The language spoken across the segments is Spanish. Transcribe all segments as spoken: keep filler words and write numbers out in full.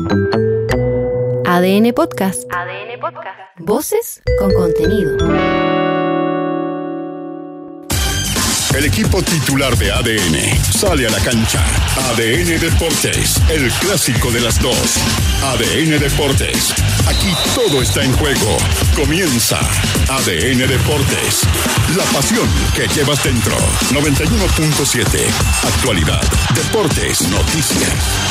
A D N Podcast. A D N Podcast. Voces con contenido. El equipo titular de A D N sale a la cancha. A D N Deportes, el clásico de las dos. A D N Deportes, aquí todo está en juego. Comienza A D N Deportes, la pasión que llevas dentro. noventa y uno punto siete, actualidad, deportes, noticias.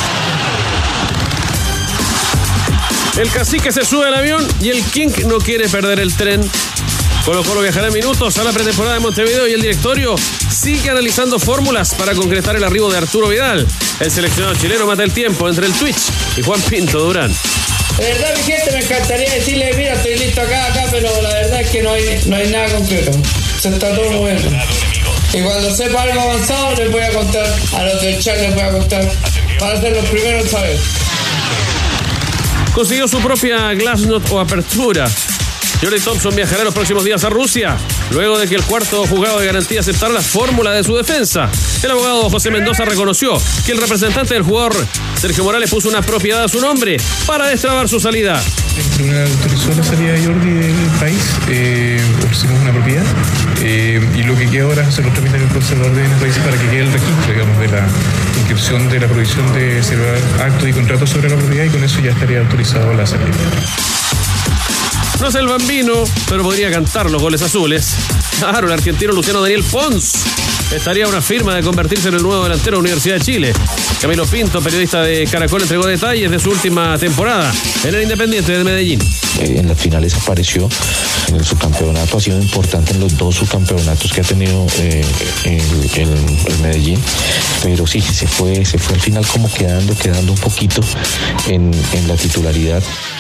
El cacique se sube al avión y el King no quiere perder el tren. Colo Colo viajará en minutos a la pretemporada de Montevideo y el directorio sigue analizando fórmulas para concretar el arribo de Arturo Vidal. El seleccionado chileno mata el tiempo entre el Twitch y Juan Pinto Durán. De verdad, mi gente, me encantaría decirle, mira, estoy listo acá, acá, pero la verdad es que no hay, no hay nada concreto. Se está todo moviendo. Y cuando sepa algo avanzado, les voy a contar, a los del chat les voy a contar, para ser los primeros en saber. Consiguió su propia Glasnost o apertura. Johnny Thompson viajará los próximos días a Rusia, luego de que el cuarto juzgado de garantía aceptara la fórmula de su defensa. El abogado José Mendoza reconoció que el representante del jugador, Sergio Morales, puso una propiedad a su nombre para destrabar su salida. El tribunal autorizó la salida de Jordi del país, eh, ofrecimos una propiedad eh, y lo que queda ahora es hacer los trámites del conservador de bienes raíces para que quede el registro, digamos, de la inscripción de la provisión de celebrar actos y contratos sobre la propiedad, y con eso ya estaría autorizado la salida. No es el Bambino, pero podría cantar los goles azules. Claro, el argentino Luciano Daniel Pons estaría a una firma de convertirse en el nuevo delantero de la Universidad de Chile. Camilo Pinto, periodista de Caracol, entregó detalles de su última temporada en el Independiente de Medellín. Eh, en las finales apareció, en el subcampeonato ha sido importante en los dos subcampeonatos que ha tenido eh, el, el, el Medellín, pero sí, se fue, se fue al final como quedando, quedando un poquito en, en la titularidad.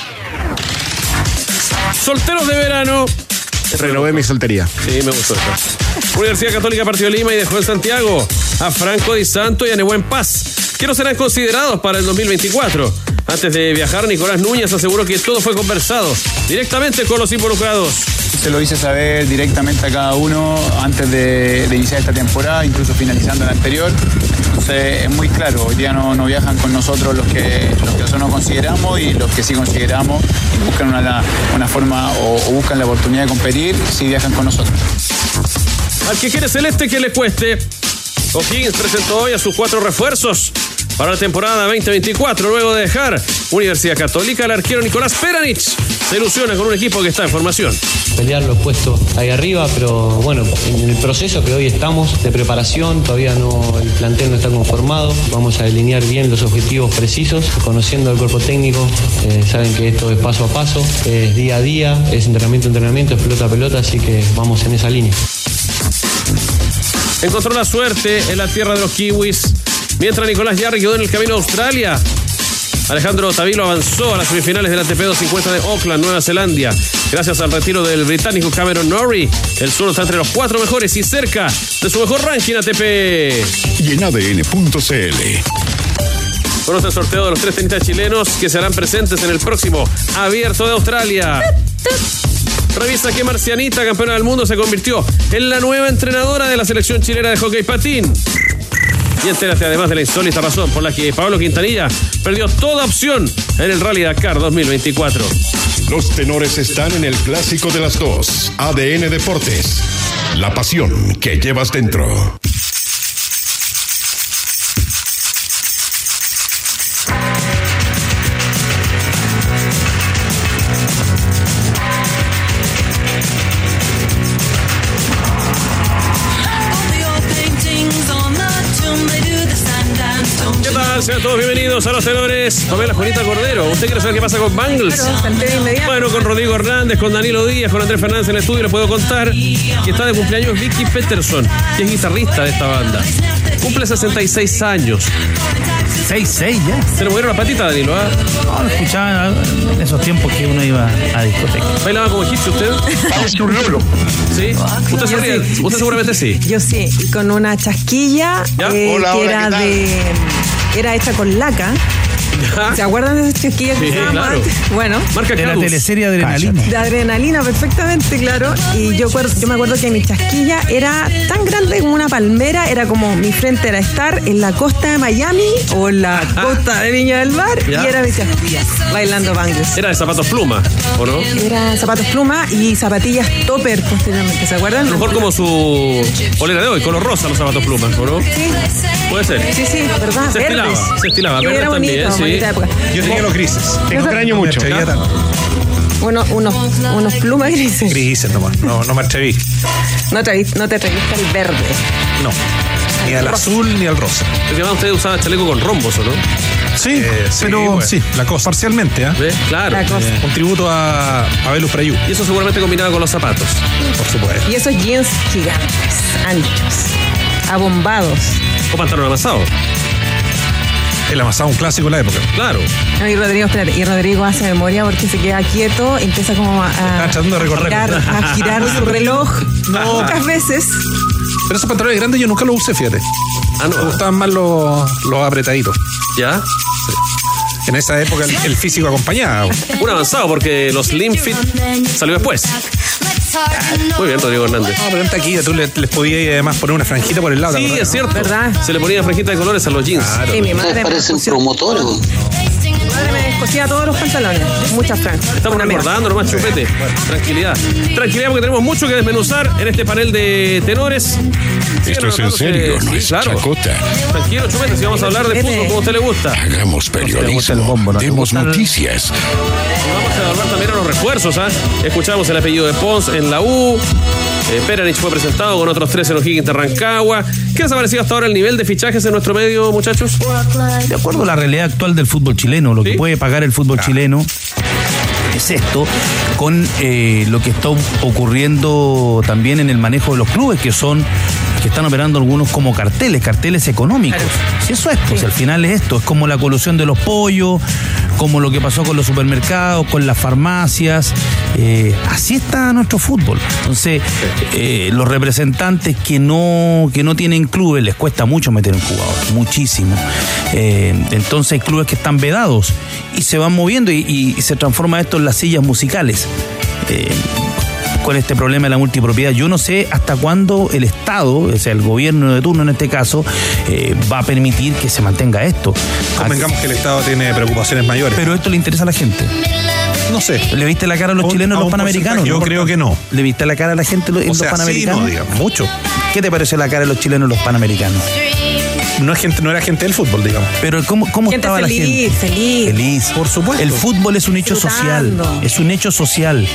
Solteros de verano. Renové mi soltería. Sí, me gustó eso. Universidad Católica partió Lima y dejó en Santiago a Franco Di Santo y a Nehuen Paz, que no serán considerados para el dos mil veinticuatro. Antes de viajar, Nicolás Núñez aseguró que todo fue conversado directamente con los involucrados. Se lo hice saber directamente a cada uno antes de, de iniciar esta temporada, incluso finalizando la anterior. Entonces es muy claro, hoy día no, no viajan con nosotros los que, los que nosotros no consideramos, y los que sí consideramos y buscan una, una forma o, o buscan la oportunidad de competir, sí viajan con nosotros. Al que quiere celeste, que le cueste. O'Higgins presentó hoy a sus cuatro refuerzos para la temporada veinte veinticuatro, luego de dejar Universidad Católica. El arquero Nicolás Peranich se ilusiona con un equipo que está en formación. Pelear los puestos ahí arriba, pero bueno, en el proceso que hoy estamos de preparación, todavía no, el plantel no está conformado. Vamos a delinear bien los objetivos precisos, conociendo el cuerpo técnico. Eh, saben que esto es paso a paso, es día a día, es entrenamiento a entrenamiento, es pelota a pelota, así que vamos en esa línea. Encontró la suerte en la tierra de los kiwis, mientras Nicolás Yarri quedó en el camino a Australia. Alejandro Tavilo avanzó a las semifinales del A T P doscientos cincuenta de Auckland, Nueva Zelanda. Gracias al retiro del británico Cameron Norrie, el sur está entre los cuatro mejores y cerca de su mejor ranking A T P. Y en A D N punto C L. Conoce el sorteo de los tres tenistas chilenos que serán presentes en el próximo Abierto de Australia. Revisa que Marcianita, campeona del mundo, se convirtió en la nueva entrenadora de la selección chilena de hockey patín. Y entérate además de la insólita razón por la que Pablo Quintanilla perdió toda opción en el Rally Dakar dos mil veinticuatro. Los tenores están en el clásico de las dos. A D N Deportes, la pasión que llevas dentro. Sean todos bienvenidos a Los Tenores. Pamela Juanita Cordero, ¿usted quiere saber qué pasa con Bangles? Claro, salté de inmediato. Bueno, con Rodrigo Hernández, con Danilo Díaz, con Andrés Fernández en el estudio, les puedo contar que está de cumpleaños Vicky Peterson, que es guitarrista de esta banda. Cumple sesenta y seis años. seis seis ya. Se le movieron la patita, Danilo, ¿ah? ¿eh? No, lo escuchaba en esos tiempos que uno iba a discoteca. ¿Bailaba como egipcio usted? Es un lolo. ¿Sí? ¿Usted, Yo sería, sí. usted seguramente sí. Yo sí, y con una chasquilla eh, Hola, que hola, era ¿qué tal? de... Era hecha con laca ¿Se acuerdan de esas chasquillas que Sí, usábamos claro. antes? Bueno. Marca De la Cadus. teleserie Adrenalina. De adrenalina, perfectamente, claro. Y yo, acuerdo- yo me acuerdo que mi chasquilla era tan grande como una palmera, era como mi frente era estar en la costa de Miami o en la costa de Viña del Mar, Ya. y era mi chasquilla, bailando bangles. Era de zapatos pluma, ¿o no? Era zapatos pluma y zapatillas topper posteriormente, ¿se acuerdan? A lo mejor como su polera de hoy, color rosa los zapatos pluma, ¿o no? Sí, Puede ser. sí, sí, ¿verdad? Se estilaba, Verdes. se estilaba, Que verdes era bonito, también, sí. bonita época. Yo tenía los grises. Te extraño mucho. Me atrevía tanto. Uno, unos, unos plumas grises. Grises nomás. No, no me atreví. No te, atreviste- no te atreviste al verde. No. Ni al azul ni al rosa. Porque además usted usaba chaleco con rombos, ¿o no? Sí, Eh, sí, pero bueno. sí, la cosa. Parcialmente, ¿ah? ¿Ve? Claro. La cosa. Un tributo a, a Velus Prayú, Y eso seguramente combinaba con los zapatos. por supuesto. Y esos jeans gigantes, anchos, abombados. O pantalón amasado. El amasado, un clásico de la época. Claro. No, y Rodrigo, espérate, y Rodrigo hace memoria porque se queda quieto, empieza como a, Está tratando de recordar. girar, a girar su reloj pocas veces. Pero esos pantalones grandes yo nunca los usé, fíjate. Ah, Me no. gustaban más los, los apretaditos. ¿Ya? En esa época el, el físico acompañaba. Un avanzado porque los Slim Fit salió después. Muy bien, Rodrigo Hernández. No, pero en taquilla tú le- les podías además poner una franjita por el lado. ¿te Sí, acordás, es no? cierto. ¿Verdad? Se le ponía franjita de colores a los jeans. Sí, mi madre me parecen cosía- promotores. mi madre me cosía todos los pantalones, muchas franjas. Estamos Una mía. recordando nomás, chupete. Tranquilidad. Tranquilidad porque tenemos mucho que desmenuzar en este panel de tenores. Esto es en serio, no Sí, es claro. chacota. Tranquilo, chupete, si vamos a hablar de Chupete. fútbol como a usted le gusta. Hagamos periodismo. Demos noticias. Vamos a evaluar también a los refuerzos, ¿ah? Escuchamos el apellido de Pons en la U. Eh, Peranich fue presentado con otros tres en O'Higgins de Rancagua. ¿Qué les ha parecido hasta ahora el nivel de fichajes en nuestro medio, muchachos? De acuerdo a la realidad actual del fútbol chileno, lo ¿Sí? que puede pagar el fútbol chileno es esto, con eh, lo que está ocurriendo también en el manejo de los clubes, que son que están operando algunos como carteles, carteles económicos. Si eso es, pues al final es esto, es como la colusión de los pollos, como lo que pasó con los supermercados, con las farmacias. Eh, así está nuestro fútbol. Entonces, eh, los representantes que no, que no tienen clubes, les cuesta mucho meter un jugador, muchísimo. Eh, entonces hay clubes que están vedados y se van moviendo y, y se transforma esto en las sillas musicales. Eh, con este problema de la multipropiedad. Yo no sé hasta cuándo el Estado, o sea, el gobierno de turno en este caso, eh, va a permitir que se mantenga esto. Convengamos que el Estado tiene preocupaciones mayores. Pero esto le interesa a la gente. No sé. ¿Le viste la cara a los Un- chilenos a en los un panamericanos? porcentaje, yo creo que no. ¿Le viste la cara a la gente en O los sea, sí, panamericanos? no, digamos, mucho. ¿Qué te pareció la cara de los chilenos en los panamericanos? No, es gente, no era gente del fútbol, digamos. Pero ¿cómo, cómo Gente estaba feliz, la gente? feliz. Feliz. Por supuesto. El fútbol es un hecho social. Disfrutando. Es un hecho social.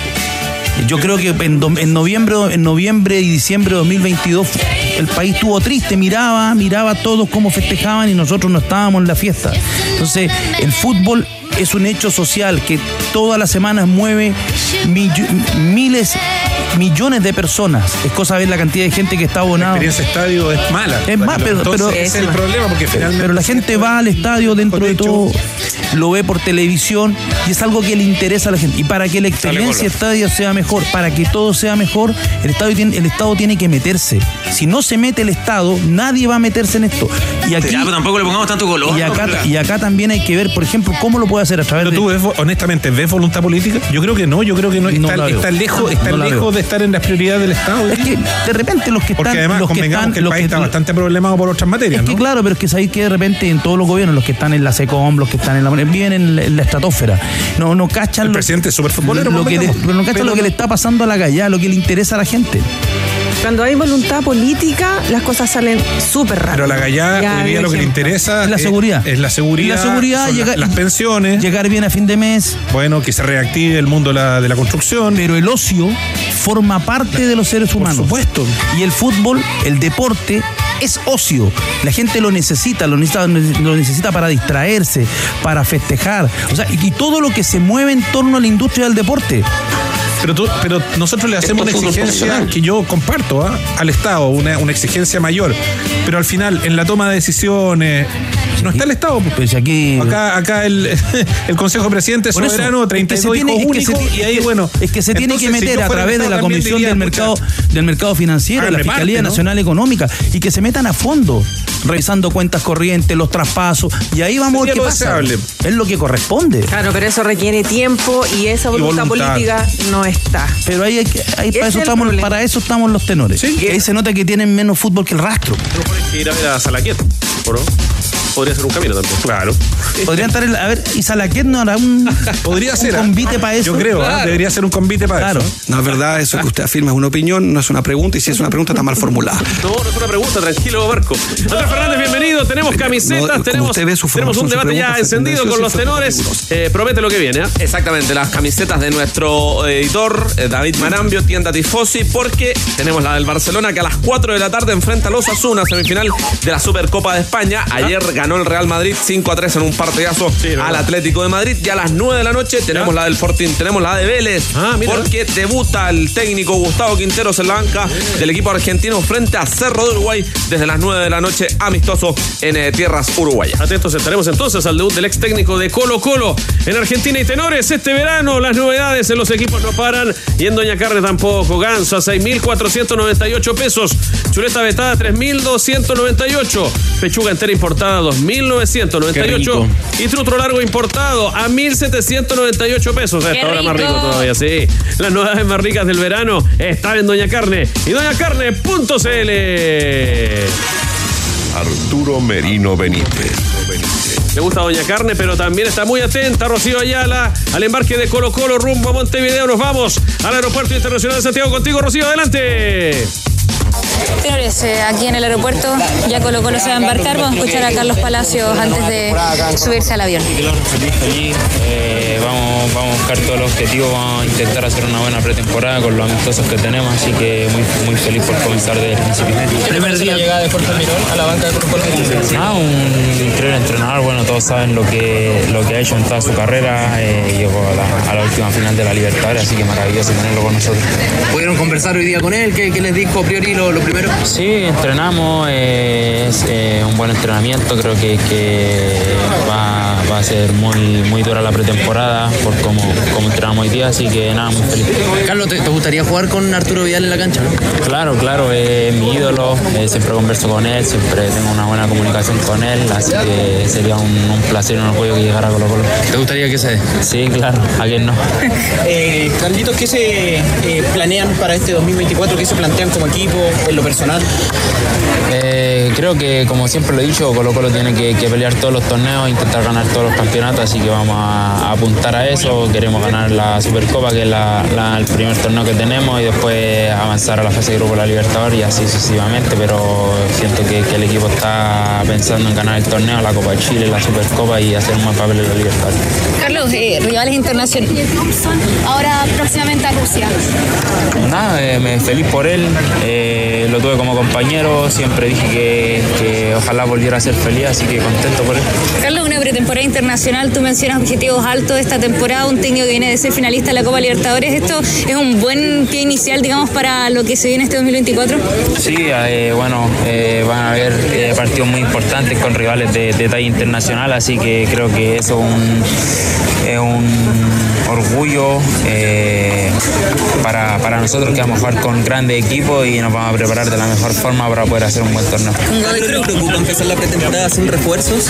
Yo creo que en, do- en noviembre, en noviembre y diciembre de dos mil veintidós el país estuvo triste, miraba, miraba a todos cómo festejaban y nosotros no estábamos en la fiesta. Entonces, el fútbol es un hecho social que todas las semanas mueve millo- miles, millones de personas. Es cosa ver la cantidad de gente que está La abonada. experiencia estadio es mala. Es más, pero- Entonces, pero- ese es el problema, porque finalmente. Pero la gente va al estadio dentro de todo, lo ve por televisión y es algo que le interesa a la gente. Y para que la experiencia estadio sea mejor, para que todo sea mejor, el estadio tiene, el Estado tiene que meterse. Si no se mete el Estado, nadie va a meterse en esto. Y aquí, Ya, pero tampoco le pongamos tanto color. y acá, ¿no? y acá también hay que ver, por ejemplo, cómo lo puede hacer a través Pero de... tú, ves, honestamente, ¿ves voluntad política? Yo creo que no, yo creo que no. No Está, la veo. está lejos, está No la lejos veo. de estar en las prioridades del Estado. Es que de repente los que Porque están... además los que convengamos están, que el los país que- está bastante problemado por otras materias, Es que ¿no? claro, pero es que sabéis que de repente en todos los gobiernos, los que están en la SECOM, los que están en la viven en la, en la estratosfera, no, no cachan El lo, presidente es súper futbolero, lo que le, convengamos. pero no cachan Pero lo que no- le está pasando a la gallá, lo que le interesa a la gente. Cuando hay voluntad política, las cosas salen súper rápido. Pero a la gallá Ya hoy día hay lo que le ejemplo. interesa Es la seguridad. Es, la seguridad, Es la seguridad, son llegar- la- las pensiones. Llegar bien a fin de mes, Bueno, que se reactive el mundo de la, de la construcción. pero el ocio forma parte de los seres Por humanos. supuesto. Y el fútbol, el deporte, es ocio. La gente lo necesita, lo necesita, lo necesita para distraerse, para festejar. O sea, y, y todo lo que se mueve en torno a la industria del deporte. Pero, tú, pero nosotros le hacemos una exigencia que yo comparto ¿eh? al Estado, una, una exigencia mayor. Pero al final, en la toma de decisiones, no está el Estado. Pues aquí, acá acá el, el Consejo de Presidentes es soberano, treinta y dos hijos únicos, y ahí, bueno. Es que se tiene entonces, que meter si a través de la Comisión diría, del Mercado del mercado Financiero, de la Fiscalía parte, ¿no? Nacional Económica, y que se metan a fondo, revisando cuentas corrientes, los traspasos, y ahí vamos a ver qué pasa. Es lo que corresponde. Claro, pero eso requiere tiempo y esa voluntad, y voluntad. política no está. Pero ahí, hay que, ahí para, eso estamos, para eso estamos los tenores. ¿Sí? Ahí se nota que tienen menos fútbol que el rastro. Pero hay que ir a ver a Salaquet, ¿o no? Podría ser un camino también. Claro. Podrían estar, el, a ver, ¿y Salaquet no hará un, Podría un ser, convite para eso? Yo creo, claro. ¿eh? Debería ser un convite para claro. eso. No, es verdad, eso que usted afirma es una opinión, no es una pregunta, y si es una pregunta está mal formulada. No, no es una pregunta, tranquilo, Marco. Andrés Fernández, bienvenido. Tenemos camisetas, no, tenemos, tenemos un debate ya encendido con los tenores. Eh, promete lo que viene, ¿eh? Exactamente, las camisetas de nuestro editor, eh, David Marambio, tienda Tifosi, porque tenemos la del Barcelona que a las cuatro de la tarde enfrenta a los Osasuna, semifinal de la Supercopa de España. Ayer ganó el Real Madrid cinco a tres en un partidazo sí, al Atlético de Madrid. Y a las nueve de la noche tenemos ¿Ya? la del Fortín, tenemos la de Vélez, ah, porque debuta el técnico Gustavo Quinteros en la banca del equipo argentino frente a Cerro de Uruguay desde las nueve de la noche, amistoso en eh, tierras uruguayas. Atentos estaremos entonces al debut del ex técnico de Colo Colo en Argentina. Y tenores, este verano las novedades en los equipos no paran y en Doña Carne tampoco. Ganso a seis mil cuatrocientos noventa y ocho pesos, chuleta vetada tres mil doscientos noventa y ocho, pechuga entera importada dos mil novecientos noventa y ocho y trutro largo importado a mil setecientos noventa y ocho pesos. Esta hora más rico todavía, sí. Las novedades más ricas del verano están en Doña Carne y doña carne punto c l. Arturo Merino Benítez. Le gusta Doña Carne, pero también está muy atenta Rocío Ayala al embarque de Colo Colo rumbo a Montevideo. Nos vamos al Aeropuerto Internacional de Santiago. Contigo, Rocío, adelante. Señores, eh, aquí en el aeropuerto ya Colo Colo se va a embarcar. Vamos a escuchar a Carlos Palacios antes de subirse al avión. Feliz, feliz. Eh, vamos, vamos a buscar todos los objetivos, vamos a intentar hacer una buena pretemporada con los amistosos que tenemos, así que muy, muy feliz por comenzar desde el principio. ¿Primer día llegada de Jorge Almirón a la banca de Colo Colo? Ah, un increíble entrenador, bueno, todos saben lo que, lo que ha hecho en toda su carrera, eh, llegó a la, a la última final de la Libertadores, así que maravilloso tenerlo con nosotros. ¿Pudieron conversar hoy día con él? ¿Qué, qué les dijo a priori lo, lo primero? Sí, entrenamos, eh, es eh, un buen entrenamiento, creo que, que va, va a ser muy, muy dura la pretemporada por cómo, cómo entrenamos hoy día, así que nada, muy feliz. Carlos, ¿te, te gustaría jugar con Arturo Vidal en la cancha, no? Claro, claro, es eh, mi ídolo, eh, siempre converso con él, siempre tengo una buena comunicación con él, así que sería un, un placer y un orgullo que llegara a Colo Colo. ¿Te gustaría que se dé? Sí, claro, ¿a quién no? eh, Carlitos, ¿qué se eh, planean para este dos mil veinticuatro? ¿Qué se plantean como equipo, en lo personal? Eh, creo que, como siempre lo he dicho, Colo Colo tiene que, que pelear todos los torneos, intentar ganar todos los campeonatos, así que vamos a, a apuntar a eso. Queremos ganar la Supercopa, que es la, la, el primer torneo que tenemos, y después avanzar a la fase de grupo de la Libertadores y así sucesivamente, pero siento que, que el equipo está pensando en ganar el torneo, la Copa de Chile, la Supercopa y hacer un buen papel en la Libertadores. Carlos, eh, rivales internacionales. Ahora próximamente a Rusia. Nada, eh, me feliz por él, eh, lo tuve como compañero, siempre dije que, que ojalá volviera a ser feliz, así que contento por él. Carlos, una pretemporada internacional, tú mencionas objetivos altos de esta temporada, un técnico que viene de ser finalista de la Copa Libertadores, ¿esto es un buen pie inicial, digamos, para lo que se viene este dos mil veinticuatro? Sí, eh, bueno, eh, van a haber eh, partidos muy importantes con rivales de, de talla internacional, así que creo que eso es un, es un orgullo eh, para, para nosotros, que vamos a jugar con grandes equipos y nos vamos a preparar de la mejor forma para poder hacer un buen torneo. ¿No te preocupa empezar la pretemporada sin refuerzos?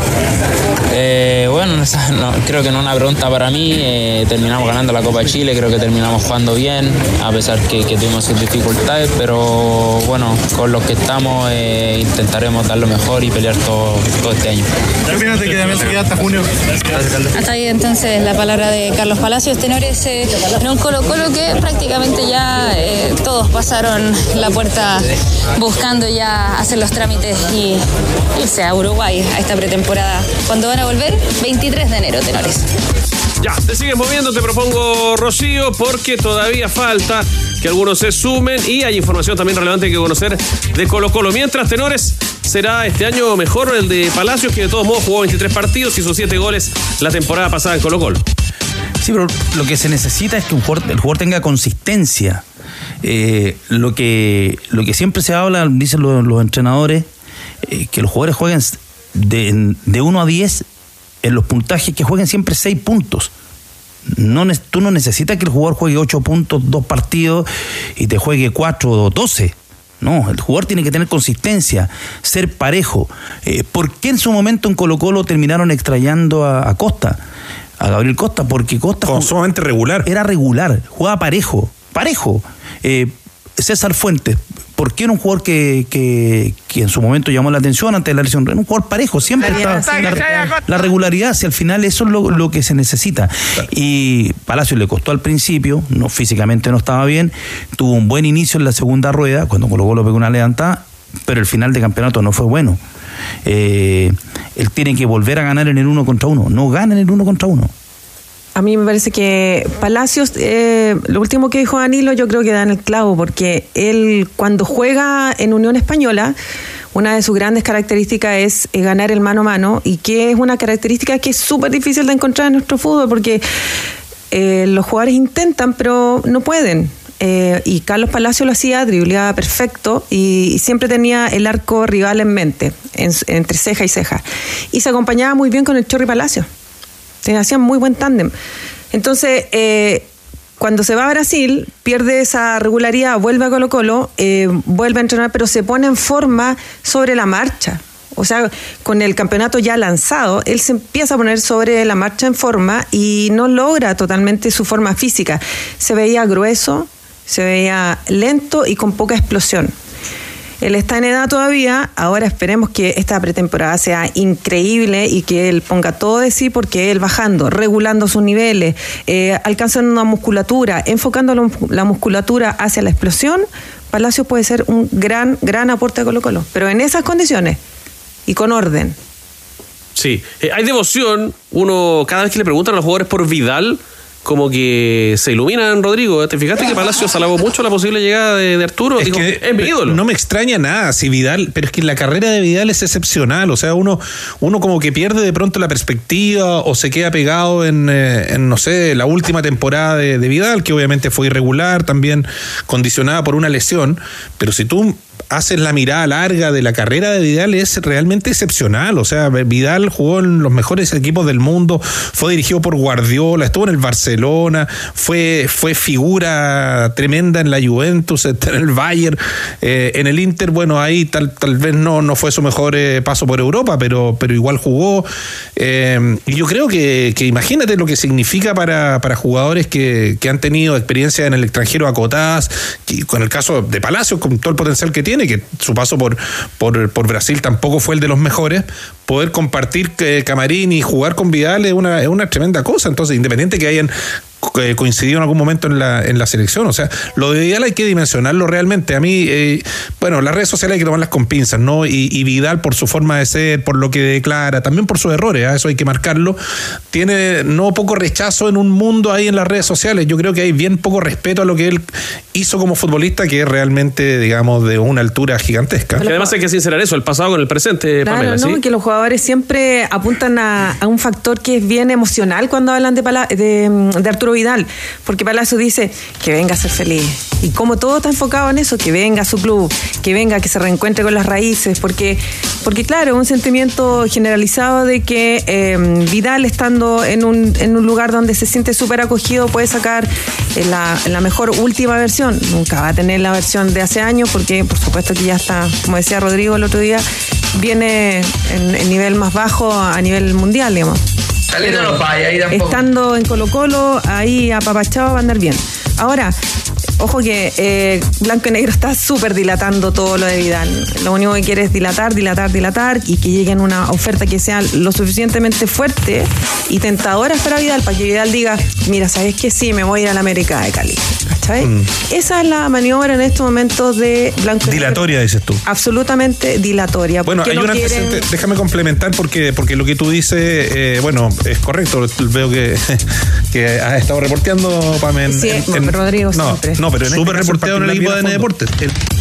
Eh, bueno, no, no, creo que no es una pregunta para mí. Eh, terminamos ganando la Copa de Chile, creo que terminamos jugando bien, a pesar que, que tuvimos sus dificultades, pero bueno, con los que estamos eh, intentaremos dar lo mejor y pelear todo, todo este año. Terminaste que también se queda hasta junio. Hasta ahí entonces la palabra de Carlos Palacios, tenores eh, en un Colo Colo que prácticamente ya eh, todos pasaron la puerta buscando ya hacer los trámites y irse a Uruguay a esta pretemporada. ¿Cuándo van a volver? veintitrés de enero, tenores. Ya, te sigues moviendo, te propongo, Rocío, porque todavía falta que algunos se sumen y hay información también relevante que conocer de Colo Colo. Mientras, tenores, será este año mejor el de Palacios, que de todos modos jugó veintitrés partidos y hizo siete goles la temporada pasada en Colo Colo. Sí, pero lo que se necesita es que un jugador, el jugador tenga consistencia. Eh, lo que lo que siempre se habla, dicen los, los entrenadores, eh, que los jugadores jueguen de, de uno a diez en los puntajes, que jueguen siempre seis puntos. No, tú no necesitas que el jugador juegue ocho puntos, dos partidos y te juegue cuatro o doce. No, el jugador tiene que tener consistencia, ser parejo. Eh, ¿Por qué en su momento en Colo-Colo terminaron extrayendo a, a Costa? A Gabriel Costa, porque Costa... Con sumamente regular. Era regular, jugaba parejo, parejo. Eh, César Fuentes, ¿por qué era un jugador que, que, que en su momento llamó la atención ante la lesión? Era un jugador parejo, siempre está la, la regularidad, si al final eso es lo, lo que se necesita. Y Palacios le costó al principio, no físicamente no estaba bien, tuvo un buen inicio en la segunda rueda, cuando Colo-Colo pegó una levantada, pero el final de campeonato no fue bueno. Eh, él tiene que volver a ganar en el uno contra uno, no gana en el uno contra uno. A mí me parece que Palacios, eh, lo último que dijo Danilo, yo creo que da en el clavo, porque él cuando juega en Unión Española, una de sus grandes características es eh, ganar el mano a mano, y que es una característica que es súper difícil de encontrar en nuestro fútbol, porque eh, los jugadores intentan, pero no pueden. Eh, y Carlos Palacios lo hacía, dribleaba perfecto y, y siempre tenía el arco rival en mente, en, entre ceja y ceja. Y se acompañaba muy bien con el Chorri Palacios. Hacían muy buen tándem. Entonces, eh, cuando se va a Brasil, pierde esa regularidad, vuelve a Colo-Colo, eh, vuelve a entrenar, pero se pone en forma sobre la marcha. O sea, con el campeonato ya lanzado, él se empieza a poner sobre la marcha en forma y no logra totalmente su forma física. Se veía grueso, se veía lento y con poca explosión. Él está en edad todavía, ahora esperemos que esta pretemporada sea increíble y que él ponga todo de sí, porque él bajando, regulando sus niveles, eh, alcanzando una musculatura, enfocando la musculatura hacia la explosión, Palacios puede ser un gran, gran aporte a Colo-Colo, pero en esas condiciones y con orden. Sí, eh, hay devoción, uno cada vez que le preguntan a los jugadores por Vidal, como que se iluminan, Rodrigo. ¿Te fijaste que Palacios alabó mucho la posible llegada de, de Arturo? Es Dijo, que es mi ídolo. No me extraña nada si Vidal, pero es que la carrera de Vidal es excepcional. O sea, uno, uno como que pierde de pronto la perspectiva o se queda pegado en, eh, en no sé, la última temporada de, de Vidal, que obviamente fue irregular, también condicionada por una lesión. Pero si tú haces la mirada larga de la carrera de Vidal, es realmente excepcional. O sea, Vidal jugó en los mejores equipos del mundo, fue dirigido por Guardiola, estuvo en el Barcelona, fue, fue figura tremenda en la Juventus, en el Bayern, eh, en el Inter, bueno, ahí tal, tal vez no, no fue su mejor eh, paso por Europa, pero, pero igual jugó. Eh, y yo creo que, que imagínate lo que significa para, para jugadores que, que han tenido experiencia en el extranjero acotadas, que, con el caso de Palacios, con todo el potencial que tiene, que su paso por, por, por Brasil tampoco fue el de los mejores, poder compartir eh, camarín y jugar con Vidal es una, es una tremenda cosa. Entonces, independiente que hayan eh, coincidido en algún momento en la, en la selección, o sea, lo de Vidal hay que dimensionarlo realmente. A mí, eh, bueno, las redes sociales hay que tomarlas con pinzas, ¿no? Y, y Vidal, por su forma de ser, por lo que declara, también por sus errores, ¿eh? Eso hay que marcarlo, tiene no poco rechazo en un mundo ahí en las redes sociales. Yo creo que hay bien poco respeto a lo que él hizo como futbolista, que es realmente, digamos, de una altura gigantesca. Que además hay que sincerar eso, el pasado con el presente, claro, Pamela, ¿no? ¿sí? Que los jugadores siempre apuntan a, a un factor que es bien emocional cuando hablan de, Pala, de, de Arturo Vidal, porque Palacio dice que venga a ser feliz, y como todo está enfocado en eso, que venga a su club, que venga, que se reencuentre con las raíces, porque, porque claro, un sentimiento generalizado de que eh, Vidal, estando en un, en un lugar donde se siente súper acogido, puede sacar la, la mejor última versión. Nunca va a tener la versión de hace años, porque por supuesto que ya está, como decía Rodrigo el otro día, viene en, en nivel más bajo a nivel mundial, digamos. Saliendo los payas, ahí tampoco. Estando en Colo-Colo, ahí apapachado, va a andar bien. Ahora, ojo que eh, Blanco y Negro está súper dilatando todo lo de Vidal. Lo único que quiere es dilatar, dilatar, dilatar, y que llegue en una oferta que sea lo suficientemente fuerte y tentadora para Vidal, para que Vidal diga, mira, ¿sabes qué? Sí, me voy a ir a la América de Cali. ¿Cachai? Mm. Esa es la maniobra en estos momentos de Blanco y Negro. Dilatoria, dices tú. Absolutamente dilatoria. Bueno, hay no una quieren... déjame complementar porque, porque lo que tú dices, eh, bueno, es correcto. Veo que, que has estado reporteando, Pam, en, sí, en, en, Rodrigo no, siempre. no, pero en súper este reporteado en el equipo de A D N Deportes.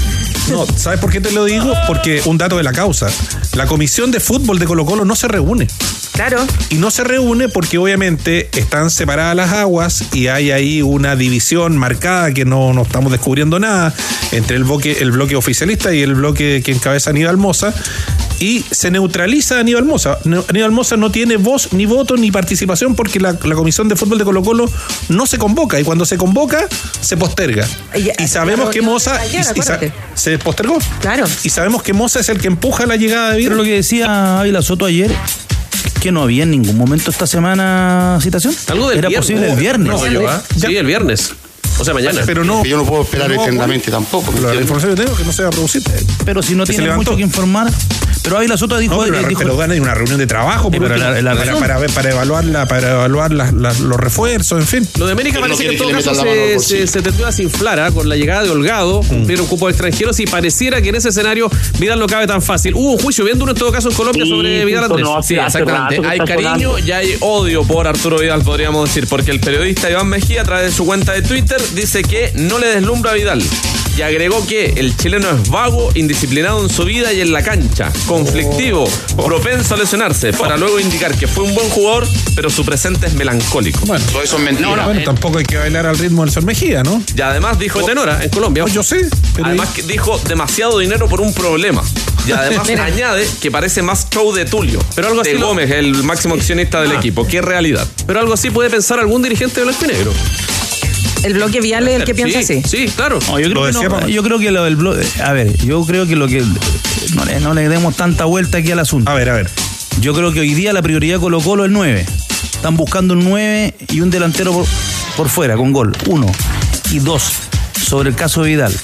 No, ¿sabes por qué te lo digo? Porque un dato de la causa. La comisión de fútbol de Colo-Colo no se reúne. Claro. Y no se reúne porque obviamente están separadas las aguas y hay ahí una división marcada que no, no estamos descubriendo nada entre el bloque, el bloque oficialista y el bloque que encabeza Aníbal Mosa. Y se neutraliza a Aníbal Mosa. Aníbal Mosa no tiene voz, ni voto, ni participación porque la, la comisión de fútbol de Colo-Colo no se convoca. Y cuando se convoca, se posterga. Y, y sabemos que Mosa... Ayer, y, y sa- se postergó. Claro. Y sabemos que Mosa es el que empuja la llegada de Vidal. Pero lo que decía Ávila Soto ayer, que no había en ningún momento esta semana citación. Algo del Era viernes. posible el viernes. No, yo, ¿ah? Sí, el viernes. O sea, mañana. Pero no. Yo no puedo esperar no, eternamente tampoco. La información que tengo es que no se va a producir. Pero si no Que se tiene levantó. mucho que informar. Pero Ávila Soto dijo... No, pero, eh, la- dijo- pero dan una reunión de trabajo por Sí, pero último, la- la para, razón- para, para evaluar, la, para evaluar las- las- los refuerzos, en fin. Lo de América Pero no parece que en todo quiere que le caso metan la mano al se, bolsillo. se, se tendió a desinflar, ¿ah? Con la llegada de Holgado, cumplieron cupo de extranjeros y pareciera que en ese escenario Vidal no cabe tan fácil. Hubo un juicio bien duro en todo caso en Colombia Sí, sobre Vidal justo Andrés. no, Sí, hace exactamente. rato que Hay está cariño sonando. y hay odio por Arturo Vidal, podríamos decir, porque el periodista Iván Mejía, a través de su cuenta de Twitter, dice que no le deslumbra a Vidal. Y agregó que el chileno es vago, indisciplinado en su vida y en la cancha, conflictivo, propenso a lesionarse, para luego indicar que fue un buen jugador, pero su presente es melancólico. Bueno, Todo eso es mentira. No, no, bueno, eh, tampoco hay que bailar al ritmo del Sol Mejía, ¿no? Y además dijo... Fue tenora en Colombia. No, yo sé. Pero Además que dijo demasiado dinero por un problema. Y además Mira. añade que parece más show de Tulio. Pero algo de así lo- Gómez, el máximo accionista del Ah. equipo. ¿Qué realidad? Pero algo así puede pensar algún dirigente de blanco y negro. El bloque vial es el que piensa sí, así. Sí, claro. No, yo, Lo creo que decía no, Pablo. yo creo que lo del blo- a ver, yo creo que lo que no le, no le demos tanta vuelta aquí al asunto. A ver, a ver. Yo creo que hoy día la prioridad Colo Colo es el nueve. Están buscando un nueve y un delantero por, por fuera, con gol. Uno. Y dos, sobre el caso de Vidal.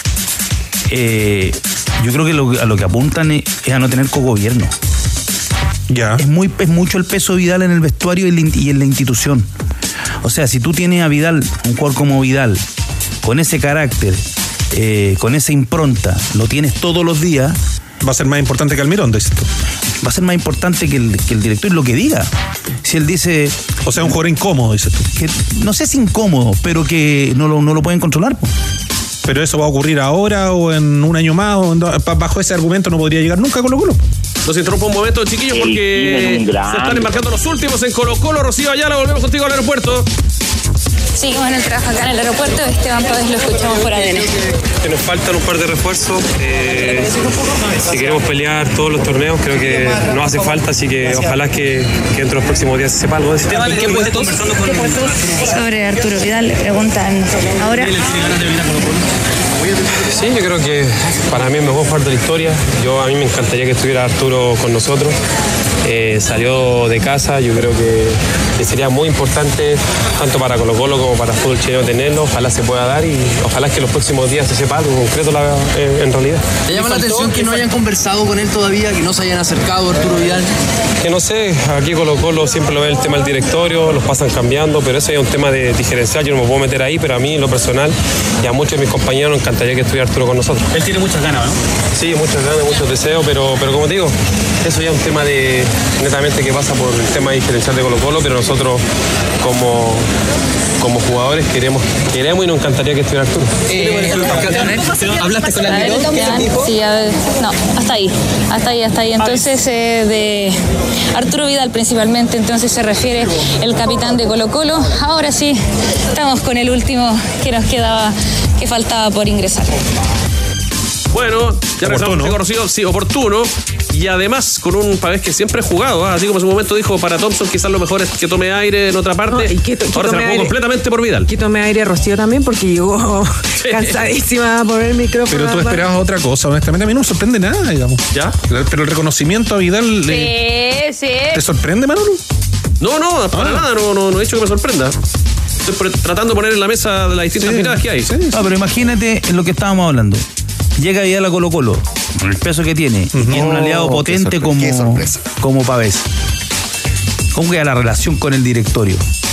Eh, yo creo que lo, a lo que apuntan es, es a no tener cogobierno. Ya. Es, muy, es mucho el peso de Vidal en el vestuario y en la in- y en la institución. O sea, si tú tienes a Vidal, un jugador como Vidal, con ese carácter, eh, con esa impronta, lo tienes todos los días, Va a ser más importante que Almirón, dices tú. va a ser más importante que el, que el director lo que diga. Si él dice... O sea, un jugador incómodo, dices tú. Que, no sé si incómodo, pero que no lo, no lo pueden controlar. Po. Pero eso va a ocurrir ahora o en un año más. O en do- pa- bajo ese argumento no podría llegar nunca a Colo Colo. Nos interrumpo un momento, chiquillos, El porque Cine es un grande. se están embarcando los últimos en Colo Colo. Rocío Ayala, volvemos contigo al aeropuerto. Seguimos en el trabajo acá en el aeropuerto. Esteban Páez lo escuchamos por A D N. Que nos faltan un par de refuerzos. Eh, si queremos pelear todos los torneos, creo que nos hace falta, así que ojalá que, que dentro de los próximos días se sepa algo de eso. ¿En qué puestos? Sobre Arturo Vidal le preguntan ahora. Sí, yo creo que para mí es el mejor jugador de la historia. Yo, a mí me encantaría que estuviera Arturo con nosotros. Eh, salió de casa, yo creo que, que sería muy importante tanto para Colo Colo como para el fútbol chileno tenerlo. Ojalá se pueda dar y ojalá que los próximos días se sepa algo concreto la, en, en realidad. ¿Te llama la atención que no hayan conversado con él todavía, que no se hayan acercado a Arturo Vidal? Que no sé, aquí Colo Colo siempre lo ve el tema del directorio, los pasan cambiando, pero eso ya es un tema de diferencial, yo no me puedo meter ahí, pero a mí en lo personal y a muchos de mis compañeros nos encantaría que estuviera Arturo con nosotros. Él tiene muchas ganas, ¿no? Sí, muchas ganas, muchos deseos, pero, pero como te digo, eso ya es un tema de netamente que pasa por el tema diferencial de Colo Colo, pero nosotros como, como jugadores queremos, queremos y nos encantaría que estuviera Arturo. ¿Hablaste con A ver, Almirón? Esteban, sí, a ver, no, hasta ahí, hasta ahí, hasta ahí. Entonces, eh, de Arturo Vidal principalmente, entonces se refiere el capitán de Colo Colo. Ahora sí, estamos con el último que nos quedaba, que faltaba por ingresar. Bueno, ya regresamos Oportuno. contigo, Rocío. Sí, oportuno. Y además con un Pavés que siempre ha jugado, ¿ah? Así como en su momento dijo para Thompson, quizás lo mejor es que tome aire en otra parte. No, y que to- que Ahora se tome la jugó aire. completamente por Vidal. Que tome aire Rocío también porque llegó cansadísima por el micrófono. Pero tú esperabas otra cosa, honestamente. A mí no me sorprende nada, digamos. ¿Ya? Pero el reconocimiento a Vidal, le- Sí, sí. ¿te sorprende, Manolo? No, no, para Ah. nada, no, no, no he dicho que me sorprenda. Estoy por- tratando de poner en la mesa las distintas miradas que hay. Ah, pero imagínate en lo que estábamos hablando. Llega Vidal a Colo Colo, con el peso que tiene, y tiene un aliado Oh, qué potente sorpresa, como, qué sorpresa. como Pavés. ¿Cómo queda la relación con el directorio?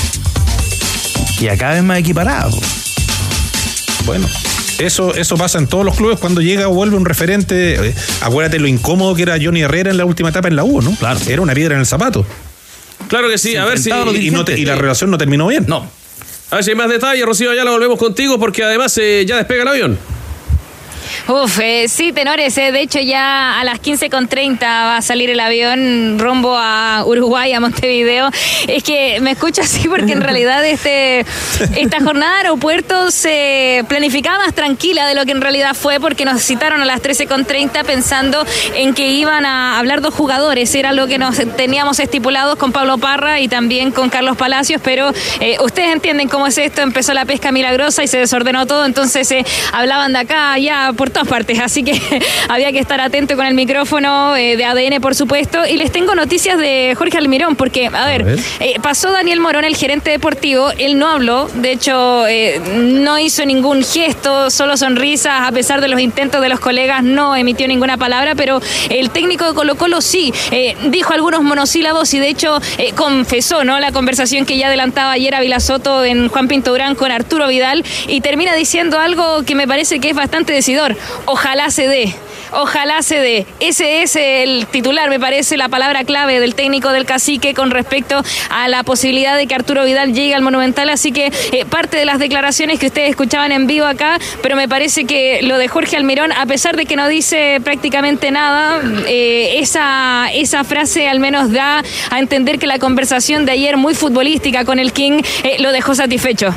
Y a cada vez más equiparada. po. Bueno. Eso, eso pasa en todos los clubes cuando llega o vuelve un referente. Eh, acuérdate lo incómodo que era Johnny Herrera en la última etapa en la U, ¿no? Claro. Era una piedra en el zapato. Claro que sí, Se a ver si. enfrentaban los Y, no te- y la dirigentes. relación no terminó bien. No. A ver si hay más detalles, Rocío, ya la volvemos contigo porque además eh, ya despega el avión. Uf, eh, sí, tenores, eh, de hecho ya a las quince con treinta va a salir el avión rumbo a Uruguay, a Montevideo. Es que me escucho así porque en realidad este esta jornada de aeropuertos se eh, planificaba más tranquila de lo que en realidad fue, porque nos citaron a las trece con treinta pensando en que iban a hablar dos jugadores, era lo que nos teníamos estipulados con Pablo Parra y también con Carlos Palacios, pero eh, ustedes entienden cómo es esto, empezó la pesca milagrosa y se desordenó todo, entonces eh, hablaban de acá, allá, por todas partes, así que había que estar atento con el micrófono eh, de A D N, por supuesto, y les tengo noticias de Jorge Almirón, porque, a ver, a ver. Eh, pasó Daniel Morón, el gerente deportivo, él no habló, de hecho, eh, no hizo ningún gesto, solo sonrisas, a pesar de los intentos de los colegas, no emitió ninguna palabra, pero el técnico de Colo-Colo sí, eh, dijo algunos monosílabos y de hecho eh, confesó, ¿no?, la conversación que ya adelantaba ayer Ávila Soto en Juan Pinto Durán con Arturo Vidal, y termina diciendo algo que me parece que es bastante decidor: ojalá se dé. Ojalá se dé. Ese es el titular, me parece, la palabra clave del técnico del Cacique con respecto a la posibilidad de que Arturo Vidal llegue al Monumental. Así que eh, parte de las declaraciones que ustedes escuchaban en vivo acá, pero me parece que lo de Jorge Almirón, a pesar de que no dice prácticamente nada, eh, esa, esa frase al menos da a entender que la conversación de ayer, muy futbolística con el King, eh, lo dejó satisfecho.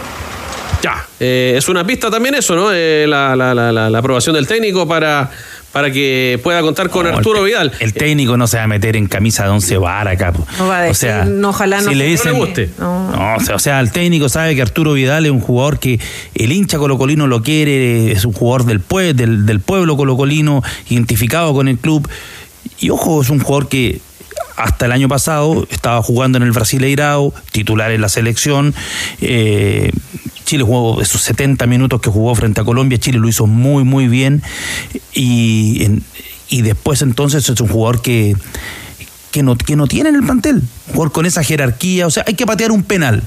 Ya, eh, es una pista también eso, ¿no? Eh, la, la, la, la, la aprobación del técnico para, para que pueda contar con no, Arturo el, Vidal. El técnico no se va a meter en camisa de once varas acá. No va a decir, o sea, no, ojalá no, si le dicen, no le guste. No. No, o, sea, o sea, el técnico sabe que Arturo Vidal es un jugador que el hincha colocolino lo quiere, es un jugador del, pue, del, del pueblo colocolino, identificado con el club. Y ojo, es un jugador que hasta el año pasado estaba jugando en el Brasileirao, titular en la selección. Eh, Chile jugó esos setenta minutos que jugó frente a Colombia, Chile lo hizo muy, muy bien. Y, en, y después entonces es un jugador que, que, no, que no tiene en el plantel. Un jugador con esa jerarquía. O sea, hay que patear un penal.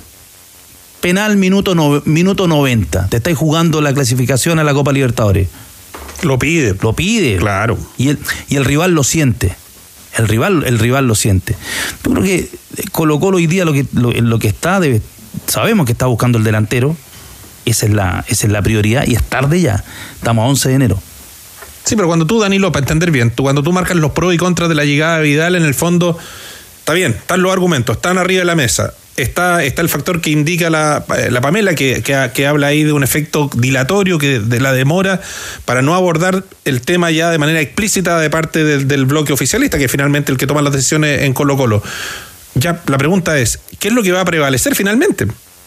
Penal minuto, no, minuto noventa. Te estáis jugando la clasificación a la Copa Libertadores. Lo pide. Lo pide. Claro. Y el, y el rival lo siente. El rival, el rival lo siente. Yo creo que Colo-Colo hoy día lo que, lo, lo que está, debe, sabemos que está buscando el delantero. Esa es la, esa es la prioridad y es tarde ya. Estamos a once de enero. Sí, pero cuando tú, Danilo, para entender bien, tú, cuando tú marcas los pros y contras de la llegada de Vidal, en el fondo, está bien, están los argumentos, están arriba de la mesa. Está, está el factor que indica la, la Pamela, que, que, que habla ahí de un efecto dilatorio, que de la demora, para no abordar el tema ya de manera explícita de parte del, del bloque oficialista, que es finalmente el que toma las decisiones en Colo-Colo. Ya, la pregunta es, ¿qué es lo que va a prevalecer finalmente?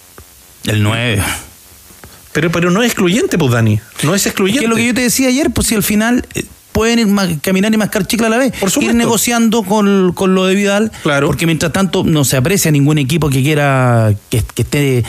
El nueve. Pero, pero no es excluyente, pues, Dani. No es excluyente. Que es lo que yo te decía ayer, pues si al final eh, pueden ir más, caminar y mascar chicle a la vez. Por supuesto. Ir negociando con, con lo de Vidal. Claro. Porque mientras tanto no se aprecia ningún equipo que quiera que, que esté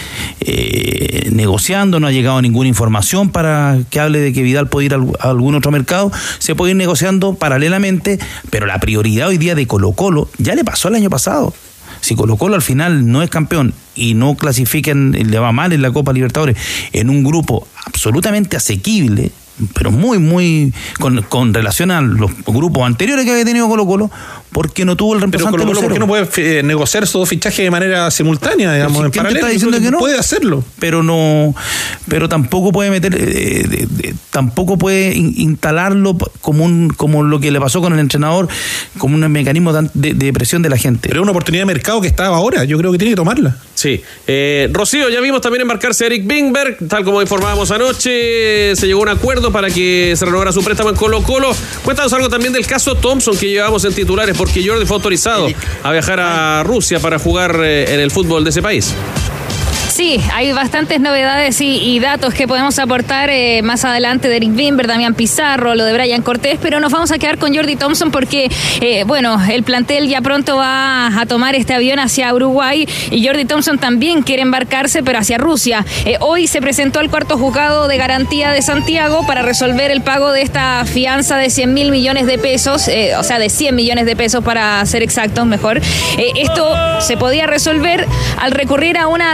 eh, negociando. No ha llegado ninguna información para que hable de que Vidal puede ir a, a algún otro mercado. Se puede ir negociando paralelamente, pero la prioridad hoy día de Colo-Colo ya le pasó el año pasado. Si Colo-Colo al final no es campeón y no clasifican, le va mal en la Copa Libertadores, en un grupo absolutamente asequible, pero muy, muy con, con relación a los grupos anteriores que había tenido Colo-Colo, porque no tuvo el reemplazante. Pero Colo-Colo, ¿por qué no puede eh, negociar esos dos fichajes de manera simultánea, digamos, si en paralelo? Está diciendo que no puede hacerlo, pero no, pero tampoco puede meter, eh, de, de, tampoco puede in, instalarlo como un, como lo que le pasó con el entrenador, como un mecanismo de, de presión de la gente. Pero es una oportunidad de mercado que está ahora. Yo creo que tiene que tomarla. Sí. Eh, Rocío, ya vimos también embarcarse a Eric Bingberg, tal como informábamos anoche, se llegó a un acuerdo para que se renovara su préstamo en Colo-Colo. Cuéntanos algo también del caso Thompson que llevamos en titulares, porque Jordi fue autorizado a viajar a Rusia para jugar eh, en el fútbol de ese país. Sí, hay bastantes novedades y, y datos que podemos aportar eh, más adelante de Eric Bimber, Damián Pizarro, lo de Brian Cortés, pero nos vamos a quedar con Jordi Thompson porque, eh, bueno, el plantel ya pronto va a tomar este avión hacia Uruguay y Jordi Thompson también quiere embarcarse, pero hacia Rusia. Eh, hoy se presentó al cuarto juzgado de garantía de Santiago para resolver el pago de esta fianza de cien mil millones de pesos, eh, o sea, de cien millones de pesos para ser exactos, mejor. Eh, esto se podía resolver al recurrir a una tercera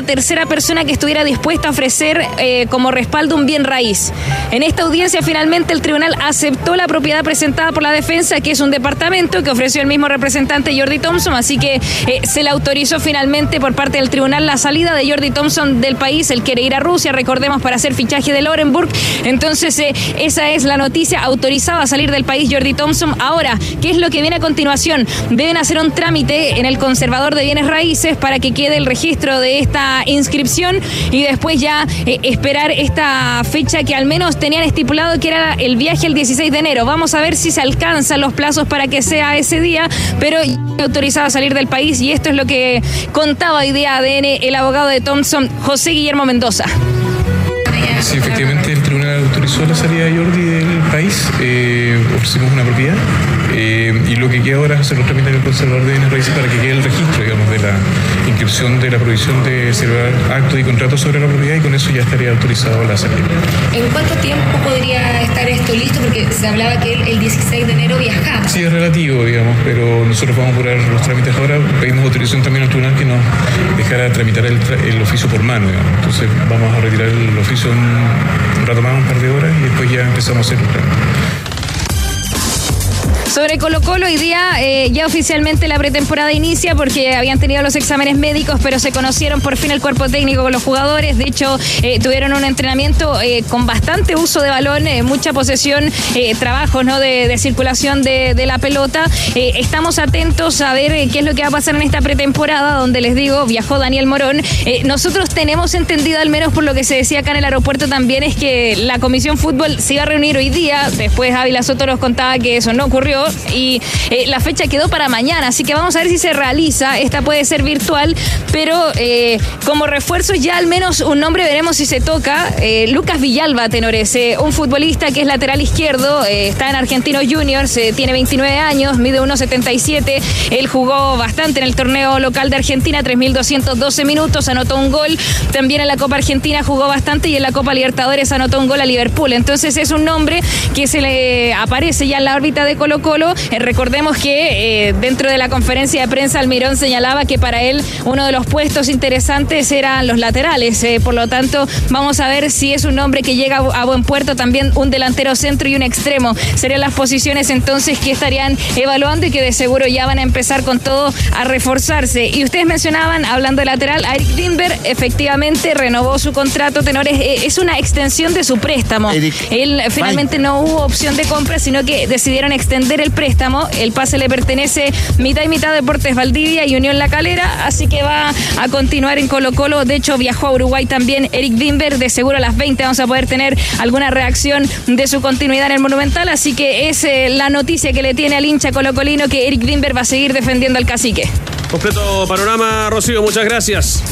persona que estuviera dispuesta a ofrecer eh, como respaldo un bien raíz. En esta audiencia finalmente el tribunal aceptó la propiedad presentada por la defensa, que es un departamento que ofreció el mismo representante Jordi Thompson, así que eh, se le autorizó finalmente por parte del tribunal la salida de Jordi Thompson del país. Él quiere ir a Rusia, recordemos, para hacer fichaje de Lorenburg. Entonces eh, esa es la noticia, autorizada a salir del país Jordi Thompson. Ahora, ¿qué es lo que viene a continuación? Deben hacer un trámite en el conservador de bienes raíces para que quede el registro de esta inscripción y después ya eh, esperar esta fecha que al menos tenían estipulado, que era el viaje el dieciséis de enero. Vamos a ver si se alcanzan los plazos para que sea ese día, pero autorizado a salir del país, y esto es lo que contaba hoy día A D N el abogado de Thompson, José Guillermo Mendoza. Sí, efectivamente el tribunal autorizó la salida de Jordi del país, eh, ofrecimos una propiedad eh, y lo que queda ahora es hacer los trámites en el conservador de bienes raíces para que quede el registro, digamos, de la inscripción de la provisión de celebrar actos y contratos sobre la propiedad, y con eso ya estaría autorizado la salida. ¿En cuánto tiempo podría estar esto listo? Porque se hablaba que él el dieciséis de enero viajaba. Sí, es relativo, digamos, pero nosotros vamos a apurar los trámites ahora. Pedimos autorización también al tribunal que nos dejara tramitar el, el oficio por mano, digamos. Entonces vamos a retirar el oficio en un rato más, un par de horas, y después ya empezamos a hacer los trámites. Sobre Colo Colo, hoy día eh, ya oficialmente la pretemporada inicia porque habían tenido los exámenes médicos, pero se conocieron por fin el cuerpo técnico con los jugadores. De hecho, eh, tuvieron un entrenamiento eh, con bastante uso de balón, eh, mucha posesión, eh, trabajo, ¿no? de, de circulación de, de la pelota. Eh, estamos atentos a ver eh, qué es lo que va a pasar en esta pretemporada, donde les digo, viajó Daniel Morón. Eh, nosotros tenemos entendido, al menos por lo que se decía acá en el aeropuerto también, es que la Comisión Fútbol se iba a reunir hoy día. Después Ávila Soto nos contaba que eso no ocurrió y eh, la fecha quedó para mañana, así que vamos a ver si se realiza. Esta puede ser virtual, pero eh, como refuerzo ya al menos un nombre veremos si se toca. eh, Lucas Villalba, tenores, eh, un futbolista que es lateral izquierdo, eh, está en Argentinos Juniors, eh, tiene veintinueve años, mide uno setenta y siete. Él jugó bastante en el torneo local de Argentina, tres mil doscientos doce minutos, anotó un gol. También en la Copa Argentina jugó bastante, y en la Copa Libertadores anotó un gol a Liverpool. Entonces es un nombre que se le aparece ya en la órbita de Colo Colo. Eh, recordemos que eh, dentro de la conferencia de prensa Almirón señalaba que para él uno de los puestos interesantes eran los laterales. Eh, por lo tanto, vamos a ver si es un nombre que llega a buen puerto. También un delantero centro y un extremo serían las posiciones entonces que estarían evaluando, y que de seguro ya van a empezar con todo a reforzarse. Y ustedes mencionaban, hablando de lateral, a Eric Wimber. Efectivamente renovó su contrato, tenores. Eh, es una extensión de su préstamo. Eric él finalmente Bye. No hubo opción de compra, sino que decidieron extender el préstamo. El pase le pertenece mitad y mitad a Deportes Valdivia y Unión La Calera, así que va a continuar en Colo Colo. De hecho, viajó a Uruguay también Eric Wimber. De seguro a las veinte vamos a poder tener alguna reacción de su continuidad en el Monumental, así que es eh, la noticia que le tiene al hincha colocolino, que Eric Wimber va a seguir defendiendo al cacique. Completo panorama, Rocío, muchas gracias.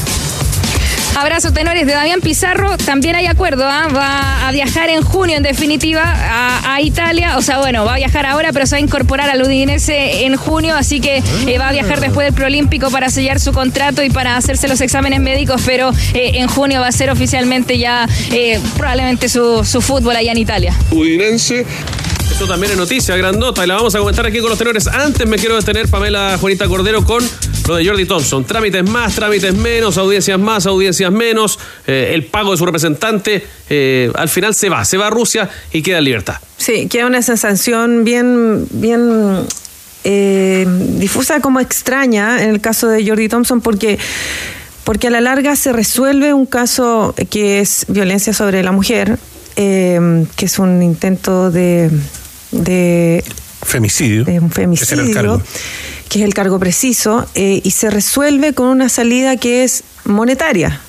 Abrazo, tenores. De Damián Pizarro también hay acuerdo, ¿eh? Va a viajar en junio, en definitiva, a, a Italia. O sea, bueno, va a viajar ahora, pero se va a incorporar al Udinese en junio, así que eh, va a viajar después del Proolímpico para sellar su contrato y para hacerse los exámenes médicos, pero eh, en junio va a ser oficialmente ya eh, probablemente su, su fútbol allá en Italia. Udinense. Eso también es noticia, grandota, y la vamos a comentar aquí con los tenores. Antes me quiero detener, Pamela Juanita Cordero, con lo de Jordi Thompson. Trámites más, trámites menos, audiencias más, audiencias menos, eh, el pago de su representante. Eh, al final se va, se va a Rusia y queda en libertad. Sí, queda una sensación bien, bien eh, difusa, como extraña en el caso de Jordi Thompson, porque... porque a la larga se resuelve un caso que es violencia sobre la mujer, eh, que es un intento de... de femicidio. De un femicidio, es el cargo. Que es el cargo preciso, eh, y se resuelve con una salida que es monetaria.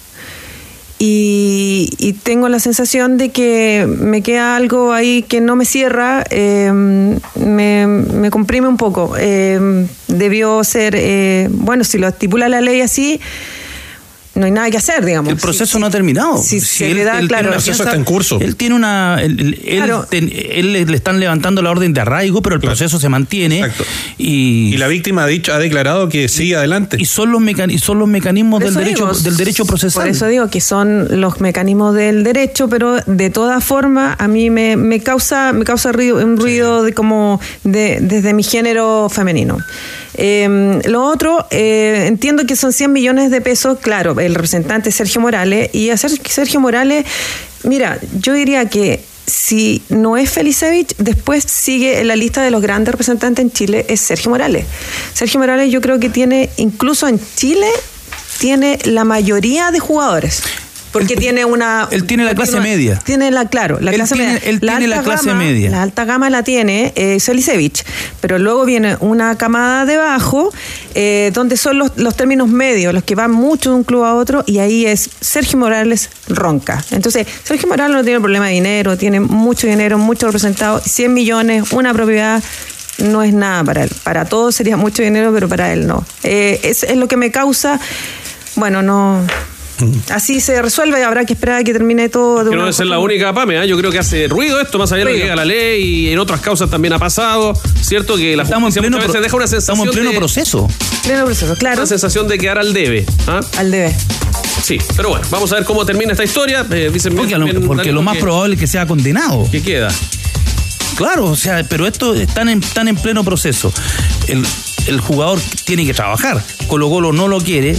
Y, y tengo la sensación de que me queda algo ahí que no me cierra, eh, me, me comprime un poco. Eh, debió ser, eh, bueno, si lo estipula la ley así, no hay nada que hacer, digamos. El proceso sí, no ha terminado. Si, si si él, le da, él claro, el proceso está en curso. Él tiene una... Él, él, claro. ten, él le están levantando la orden de arraigo, pero el claro. proceso se mantiene. Exacto. Y, y la víctima ha dicho, ha declarado que sigue adelante. Y son los, mecan, son los mecanismos del derecho, digo, del derecho procesal. Por eso digo que son los mecanismos del derecho, pero de todas formas a mí me, me causa me causa ruido, un ruido sí. de como de, desde mi género femenino. Eh, lo otro, eh, entiendo que son cien millones de pesos, claro, el representante es Sergio Morales, y a Sergio Morales, mira, yo diría que si no es Felicevich, después sigue en la lista de los grandes representantes en Chile, es Sergio Morales. Sergio Morales yo creo que tiene, incluso en Chile, tiene la mayoría de jugadores. Porque él, tiene una... Él tiene la clase una, media. Tiene la, claro, la él clase tiene, media. Él la tiene la clase gama, media. La alta gama la tiene eh, Felicevich, pero luego viene una camada debajo, eh, donde son los, los términos medios, los que van mucho de un club a otro, y ahí es Sergio Morales Ronca. Entonces, Sergio Morales no tiene problema de dinero, tiene mucho dinero, mucho representado, cien millones, una propiedad... no es nada para él. Para todos sería mucho dinero, pero para él no. Eh, es, es lo que me causa... Bueno, no... Así se resuelve, habrá que esperar a que termine todo. De que no debe ser la única, Pame, ¿eh? Yo creo que hace ruido esto, más allá de lo que llega la ley, y en otras causas también ha pasado, ¿cierto? Que la estamos justicia en pleno muchas veces deja una sensación Estamos en pleno de, proceso. Pleno proceso, claro. Una sensación de quedar al debe. ¿Ah? Al debe. Sí, pero bueno, vamos a ver cómo termina esta historia. Eh, dicen porque bien, lo, bien, porque lo más que, probable es que sea condenado. ¿Qué queda? Claro, o sea, pero esto están en, están en pleno proceso. El, el jugador tiene que trabajar. Colo Colo no lo quiere.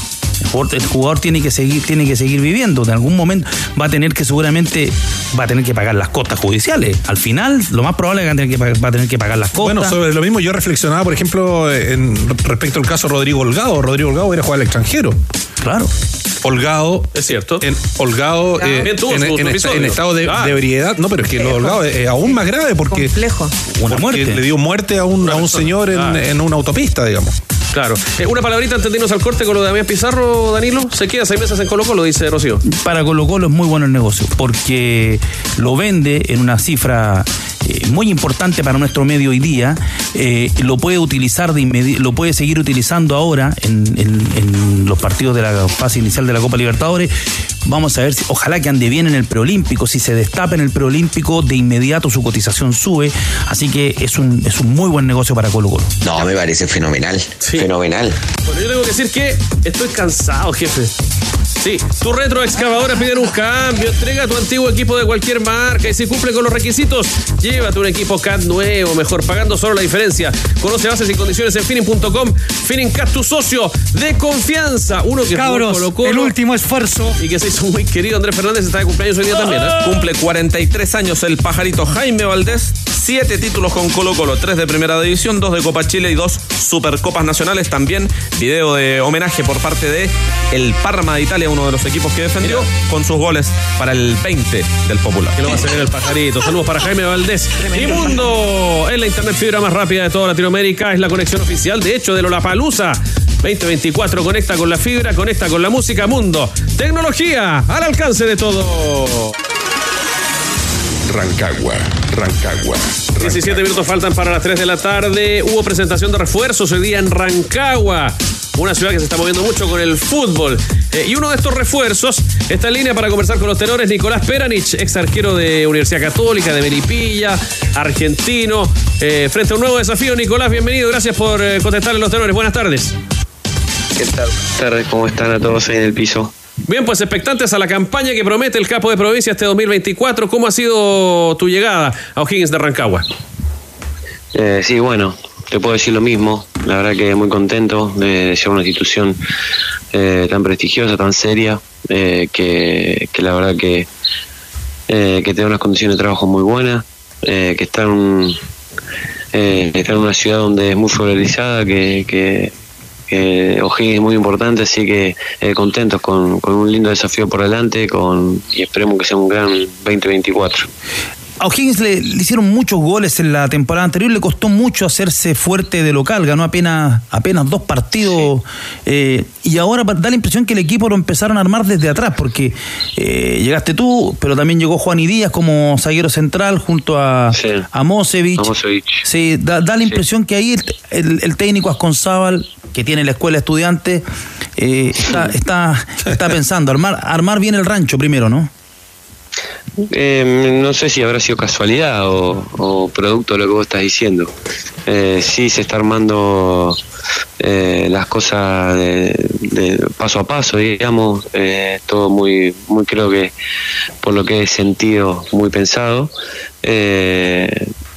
El jugador tiene que seguir, tiene que seguir viviendo. En algún momento va a tener que seguramente va a tener que pagar las costas judiciales. Al final, lo más probable es que va a tener que pagar, va a tener que pagar las costas. Bueno, sobre lo mismo yo reflexionaba, por ejemplo, en respecto al caso Rodrigo Holgado. Rodrigo Holgado era jugar al extranjero. Claro. Holgado, es cierto. En, Holgado claro. eh, tú, en, en, esta, en estado de, claro. de ebriedad. No, pero es que lo Holgado es, es aún más grave porque, complejo. Una muerte. Le dio muerte a un, a un señor en, claro. en una autopista, digamos. Claro. Eh, una palabrita antes de irnos al corte con lo de Damián Pizarro, Danilo. Se queda seis meses en Colo Colo, dice Rocío. Para Colo Colo es muy bueno el negocio porque lo vende en una cifra eh, muy importante para nuestro medio hoy día. Eh, lo puede utilizar de inmedi- lo puede seguir utilizando ahora en, en, en los partidos de la fase inicial de la Copa Libertadores. Vamos a ver, si, ojalá que ande bien en el preolímpico. Si se destapa en el preolímpico, de inmediato su cotización sube. Así que es un, es un muy buen negocio para Colo Colo. No, me parece fenomenal. Sí. Fenomenal. Bueno, yo tengo que decir que estoy cansado, jefe. Sí, tu retroexcavadora pide un cambio, entrega tu antiguo equipo de cualquier marca y si cumple con los requisitos, llévate un equipo C A T nuevo, mejor pagando solo la diferencia. Conoce bases y condiciones en Finning punto com. Finning C A T, tu socio de confianza. Uno que Cabros, Colo Colo, el último esfuerzo. Y que se hizo muy querido. Andrés Fernández está de cumpleaños hoy día también, ¿eh? Cumple cuarenta y tres años el pajarito Jaime Valdés. Siete títulos con Colo Colo, tres de Primera División, dos de Copa Chile y dos Supercopas Nacionales. También video de homenaje por parte de el Parma de Italia, uno de los equipos que defendió, mira, con sus goles para el veinte del Popular. Que lo va a hacer el pajarito. Saludos para Jaime Valdés. Y Mundo es la internet fibra más rápida de toda Latinoamérica. Es la conexión oficial, de hecho, de Lollapalooza veinte veinticuatro. Conecta con la fibra, conecta con la música. Mundo, tecnología al alcance de todo. Rancagua, Rancagua, Rancagua. diecisiete minutos faltan para las tres de la tarde. Hubo presentación de refuerzos hoy día en Rancagua, una ciudad que se está moviendo mucho con el fútbol. Eh, y uno de estos refuerzos está en línea para conversar con los tenores. Nicolás Peranich, ex arquero de Universidad Católica, de Melipilla, argentino. Eh, frente a un nuevo desafío, Nicolás, bienvenido. Gracias por eh, contestarle a los tenores. Buenas tardes. ¿Qué tal? Buenas tardes, ¿cómo están a todos ahí en el piso? Bien, pues expectantes a la campaña que promete el capo de provincia este dos mil veinticuatro. ¿Cómo ha sido tu llegada a O'Higgins de Rancagua? Eh, sí, bueno, te puedo decir lo mismo. La verdad que muy contento de, de ser una institución eh, tan prestigiosa, tan seria, eh, que, que la verdad que, eh, que tiene unas condiciones de trabajo muy buenas, eh, que está en, un, eh, está en una ciudad donde es muy favorizada, que... que Eh, O'Higgins es muy importante, así que eh, contentos con, con un lindo desafío por delante con, y esperemos que sea un gran veinte veinticuatro. A O'Higgins le, le hicieron muchos goles en la temporada anterior, le costó mucho hacerse fuerte de local, ganó apenas apenas dos partidos, sí. eh, y ahora da la impresión que el equipo lo empezaron a armar desde atrás, porque eh, llegaste tú, pero también llegó Juan y Díaz como zaguero central junto a, sí. a Mosevich. A Mosevich. Sí, da, da la impresión sí. que ahí el, el, el técnico Asconzábal, que tiene la escuela de estudiantes, eh, está, está, está pensando armar, armar bien el rancho primero, ¿no? Eh, no sé si habrá sido casualidad o, o producto de lo que vos estás diciendo. Eh, sí se está armando eh, las cosas de, de paso a paso, digamos, eh, todo muy, muy creo que por lo que he sentido muy pensado. Eh,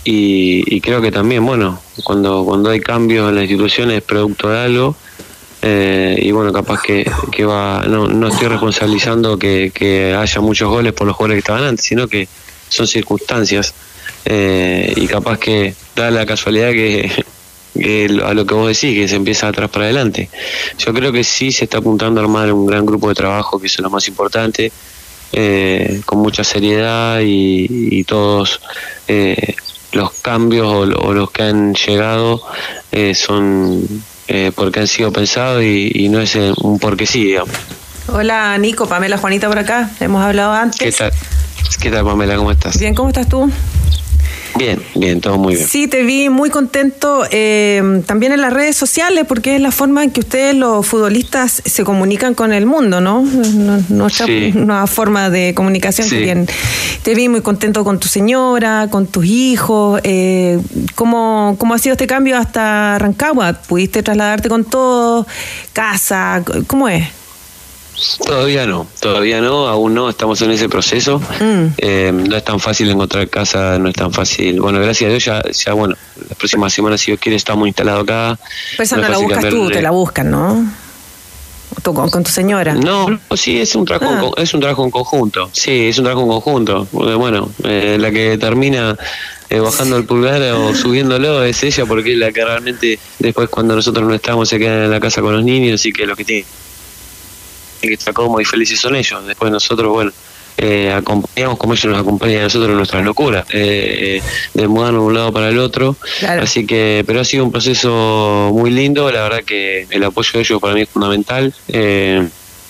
y, y creo que también, bueno, cuando, cuando hay cambios en las instituciones es producto de algo. Eh, y bueno, capaz que, que va, no, no estoy responsabilizando que, que haya muchos goles por los jugadores que estaban antes, sino que son circunstancias. Eh, y capaz que da la casualidad que, que a lo que vos decís, que se empieza atrás para adelante. Yo creo que sí se está apuntando a armar un gran grupo de trabajo, que eso es lo más importante, eh, con mucha seriedad y, y todos eh, los cambios o, o los que han llegado eh, son... Eh, porque han sido pensados y, y no es un porque sí, digamos. Hola Nico, Pamela, Juanita por acá, hemos hablado antes. ¿Qué tal? ¿Qué tal, Pamela? ¿Cómo estás? Bien, ¿cómo estás tú? Bien, bien, todo muy bien. Sí, te vi muy contento eh, también en las redes sociales, porque es la forma en que ustedes los futbolistas se comunican con el mundo, ¿no? Nuestra sí. nueva forma de comunicación. Sí. Que bien. Te vi muy contento con tu señora, con tus hijos. Eh, ¿cómo, ¿Cómo ha sido este cambio hasta Rancagua? ¿Pudiste trasladarte con todo? ¿Casa? ¿Cómo es? Todavía no, todavía no, aún no, estamos en ese proceso. Mm. Eh, no es tan fácil encontrar casa, no es tan fácil. Bueno, gracias a Dios ya, ya bueno, las próximas semanas, si Dios quiere, estamos instalados acá. Pero esa no, no la buscas cambiar, tú, te la buscan, ¿no? ¿Tú, con, con tu señora? No, no, sí, es un trabajo, ah. en, es un trabajo en conjunto. Sí, es un trabajo en conjunto. Bueno, eh, la que termina eh, bajando el pulgar o subiéndolo es ella, porque es la que realmente después, cuando nosotros no estamos, se quedan en la casa con los niños, y que lo que tiene que estar cómodos y felices son ellos. Después nosotros, bueno, eh, acompañamos como ellos nos acompañan a nosotros en nuestras locuras, eh, de mudarnos de un lado para el otro. Claro. Así que, pero ha sido un proceso muy lindo, la verdad que el apoyo de ellos para mí es fundamental. Eh,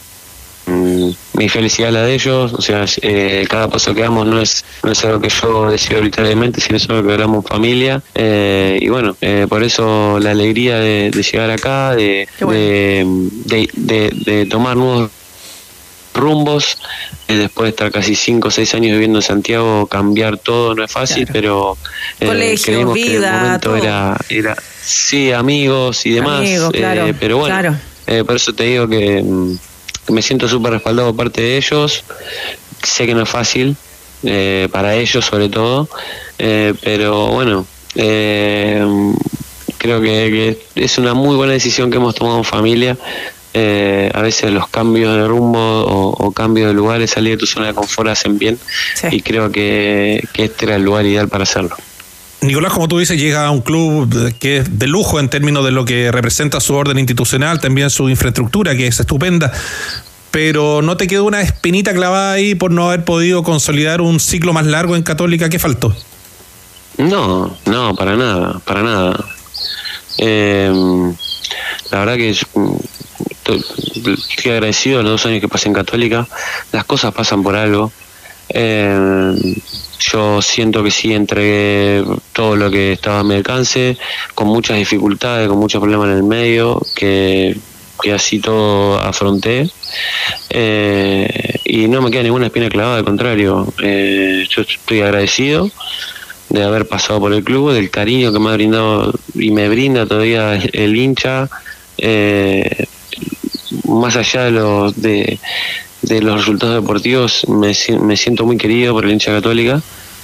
mi felicidad es la de ellos, o sea, eh, cada paso que damos no es no es algo que yo decido arbitrariamente, sino es algo que hagamos en familia, eh, y bueno, eh, por eso la alegría de, de llegar acá, de, bueno. de, de, de, de tomar nuevos rumbos, eh, después de estar casi cinco o seis años viviendo en Santiago, cambiar todo no es fácil, claro. pero eh, Colegio, creímos vida, que el momento todo. era, era, sí, amigos y demás, amigos, claro, eh, pero bueno, claro. eh, por eso te digo que me siento súper respaldado por parte de ellos. Sé que no es fácil, eh, para ellos sobre todo, eh, pero bueno, eh, creo que, que es una muy buena decisión que hemos tomado en familia. Eh, a veces los cambios de rumbo o, o cambios de lugares, salir de tu zona de confort hacen bien, sí. y creo que, que este era el lugar ideal para hacerlo. Nicolás, como tú dices, llega a un club que es de lujo en términos de lo que representa su orden institucional, también su infraestructura, que es estupenda, pero ¿no te quedó una espinita clavada ahí por no haber podido consolidar un ciclo más largo en Católica? ¿Qué faltó? No, no, para nada, para nada. Eh, la verdad que estoy, estoy agradecido de los dos años que pasé en Católica. Las cosas pasan por algo. Eh, yo siento que sí entregué todo lo que estaba a mi alcance, con muchas dificultades, con muchos problemas en el medio, que, que así todo afronté, eh, y no me queda ninguna espina clavada, al contrario, eh, yo estoy agradecido de haber pasado por el club, del cariño que me ha brindado y me brinda todavía el, el hincha, eh, más allá de los de de los resultados deportivos, me, me siento muy querido por el hincha Católica,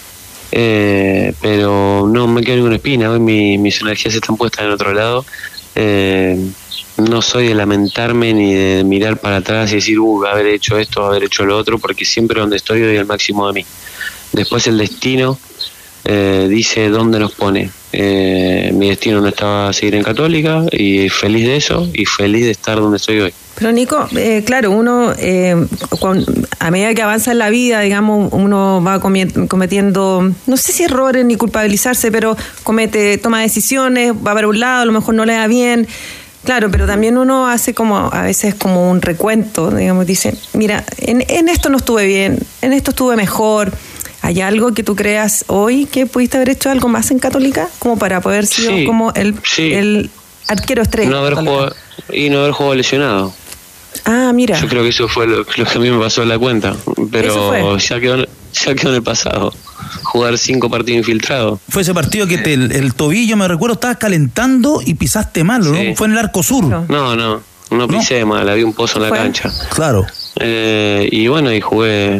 eh, pero no me queda ninguna espina. Hoy mi, mis energías están puestas en otro lado. Eh, no soy de lamentarme ni de mirar para atrás y decir, uh, haber hecho esto, haber hecho lo otro, porque siempre donde estoy doy el máximo de mí. Después el destino eh, dice dónde nos pone. Eh, mi destino no estaba a seguir en Católica, y feliz de eso, y feliz de estar donde estoy hoy. Pero Nico, eh, claro, uno eh, con, a medida que avanza en la vida, digamos, uno va cometiendo, no sé si errores ni culpabilizarse, pero comete, toma decisiones, va para un lado, a lo mejor no le da bien, claro, pero también uno hace como, a veces como un recuento, digamos, dice, mira, en, en esto no estuve bien, en esto estuve mejor. ¿Hay algo que tú creas hoy que pudiste haber hecho algo más en Católica? Como para poder ser sí, como el, sí. el arquero estrella. No haber jugado, y no haber jugado lesionado. Ah, mira. Yo creo que eso fue lo, lo que a mí me pasó en la cuenta. Pero ya quedó, ya quedó en el pasado. Jugar cinco partidos infiltrados. Fue ese partido que te, el, el tobillo, me recuerdo, estabas calentando y pisaste mal, ¿no? Sí. Fue en el arco sur. No, no, no pisé ¿No? mal, había un pozo en la fue? cancha. Claro. Eh, y bueno, y jugué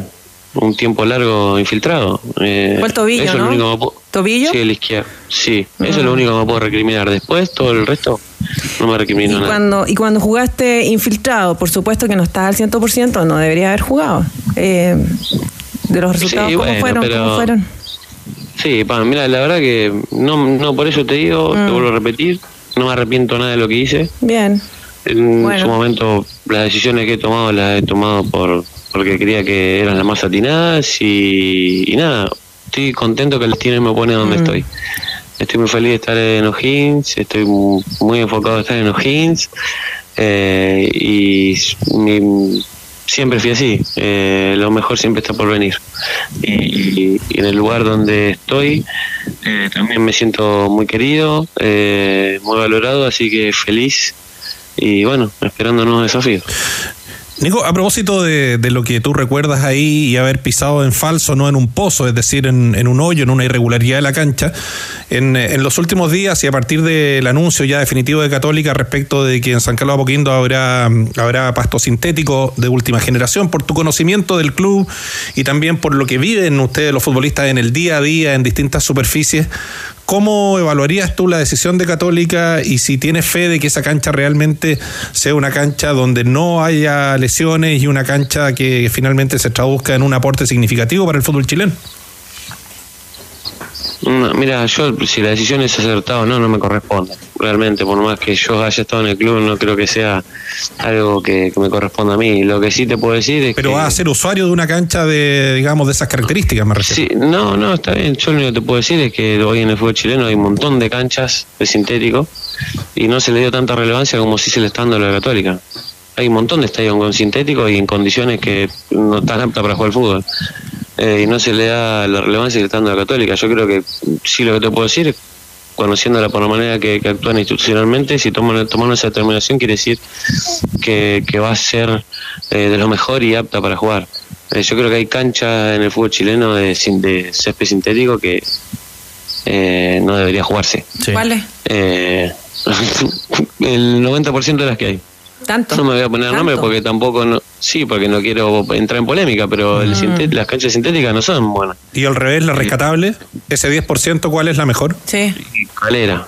un tiempo largo infiltrado. Eh, Fue el tobillo, eso ¿no? Es lo único que me puedo, ¿Tobillo? Sí, el izquierdo. Sí, Uh-huh. eso es lo único que me puedo recriminar. Después, todo el resto, no me recrimino Y nada. cuando, y cuando jugaste infiltrado, por supuesto que no estás al cien por ciento, no debería haber jugado. Eh, de los resultados, Sí, ¿cómo bueno, fueron? pero- ¿Cómo fueron? Sí, pa, mira, la verdad que no, no por eso te digo, Mm. te vuelvo a repetir, no me arrepiento nada de lo que hice. Bien. En Bueno. su momento las decisiones que he tomado las he tomado por porque creía que eran las más atinadas y, y nada, estoy contento que el destino me pone donde Mm. estoy. Estoy muy feliz de estar en O'Higgins, estoy mu- muy enfocado en estar en O'Higgins eh, y mi- siempre fui así, eh, lo mejor siempre está por venir. Y, y- y en el lugar donde estoy eh, también me siento muy querido, eh, muy valorado, así que feliz y bueno, esperando nuevos desafíos. Nico, a propósito de, de lo que tú recuerdas ahí y haber pisado en falso, no en un pozo, es decir, en, en un hoyo, en una irregularidad de la cancha, en, en los últimos días y a partir del anuncio ya definitivo de Católica respecto de que en San Carlos de Apoquindo habrá, habrá pasto sintético de última generación, por tu conocimiento del club y también por lo que viven ustedes los futbolistas en el día a día en distintas superficies, ¿cómo evaluarías tú la decisión de Católica y si tienes fe de que esa cancha realmente sea una cancha donde no haya lesiones y una cancha que finalmente se traduzca en un aporte significativo para el fútbol chileno? No, mira, yo si la decisión es acertada o no, no me corresponde. Realmente, por más que yo haya estado en el club, no creo que sea algo que, que me corresponda a mí. Lo que sí te puedo decir es Pero que... vas a ser usuario de una cancha de, digamos, de esas características, me refiero. Sí, no, no, está bien. Yo lo único que te puedo decir es que hoy en el fútbol chileno hay un montón de canchas de sintético y no se le dio tanta relevancia como si se le está dando a la Católica. Hay un montón de estadios con sintético y en condiciones que no están aptas para jugar al fútbol. Eh, y no se le da la relevancia que le está dando a la Católica. Yo creo que sí, lo que te puedo decir es, conociéndola por la manera que, que actúan institucionalmente, si toman, toman esa determinación quiere decir que, que va a ser eh, de lo mejor y apta para jugar. Eh, yo creo que hay canchas en el fútbol chileno de, sin- de césped sintético que eh, no debería jugarse. ¿Cuáles? Eh, el noventa por ciento de las que hay. ¿Tanto? No me voy a poner ¿Tanto? nombre porque tampoco, no, sí, porque no quiero entrar en polémica, pero el Mm. sinté- las canchas sintéticas no son buenas. Y al revés, la rescatable, ese diez por ciento, ¿cuál es la mejor? Sí. Calera.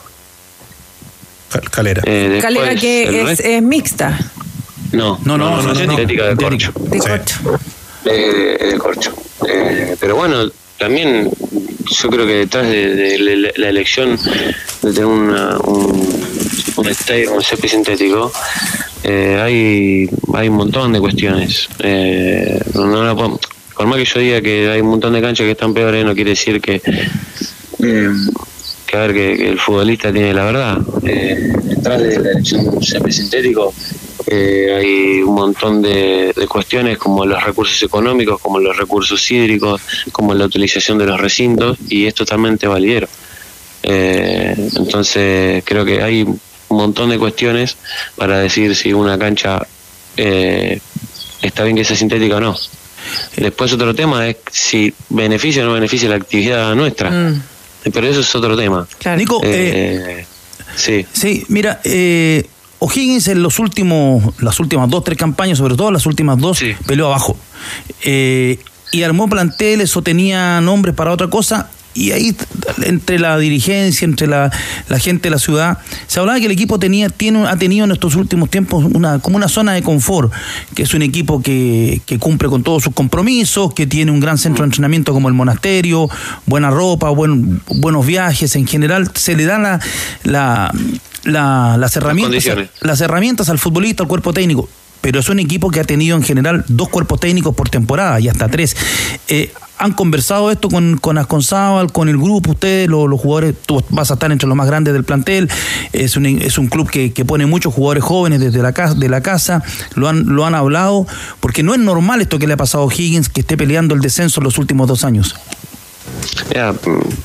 Cal- Calera. Eh, después, Calera el que es, resto- es mixta. No, No, no, no, no, no. sintética de corcho. De corcho. Eh, de corcho. Eh, pero bueno, también yo creo que detrás de, de la- la elección de tener una, un, un estadio con césped sintético, eh, hay, hay un montón de cuestiones. Eh, no, no la puedo- por más que yo diga que hay un montón de canchas que están peores, no quiere decir que, eh, que, a ver, que, que el futbolista tiene la verdad. Eh, detrás de la elección de un césped sintético eh, hay un montón de, de cuestiones como los recursos económicos, como los recursos hídricos, como la utilización de los recintos, y es totalmente validero. Eh, entonces creo que hay un montón de cuestiones para decir si una cancha eh, está bien que sea sintética o no. Después otro tema es si beneficia o no beneficia la actividad nuestra. Mm. Pero eso es otro tema. Nico, Eh, sí. Sí, mira, eh, O'Higgins en los últimos, las últimas dos, tres campañas, sobre todo las últimas dos, peleó abajo. Eh, y armó planteles o tenía nombres para otra cosa. Y ahí, entre la dirigencia, entre la, la gente de la ciudad, se hablaba que el equipo tenía, tiene, ha tenido en estos últimos tiempos una, como una zona de confort, que es un equipo que, que cumple con todos sus compromisos, que tiene un gran centro de entrenamiento como el Monasterio, buena ropa, buen, buenos viajes, en general se le dan la, la, la, las herramientas, condiciones. las herramientas al futbolista, al cuerpo técnico. Pero es un equipo que ha tenido en general dos cuerpos técnicos por temporada y hasta tres. Eh, ¿Han conversado esto con, con Asconzábal, con el grupo? Ustedes, los, los jugadores, tú vas a estar entre los más grandes del plantel. Es un, es un club que, que pone muchos jugadores jóvenes desde la casa, de la casa. Lo han, lo han hablado, porque no es normal esto que le ha pasado a O'Higgins, que esté peleando el descenso en los últimos dos años. Ya,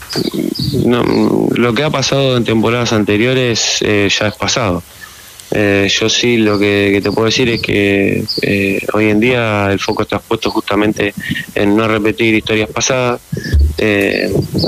no, lo que ha pasado en temporadas anteriores eh, ya es pasado. Eh, yo sí lo que, que te puedo decir es que eh, hoy en día el foco está puesto justamente en no repetir historias pasadas, eh,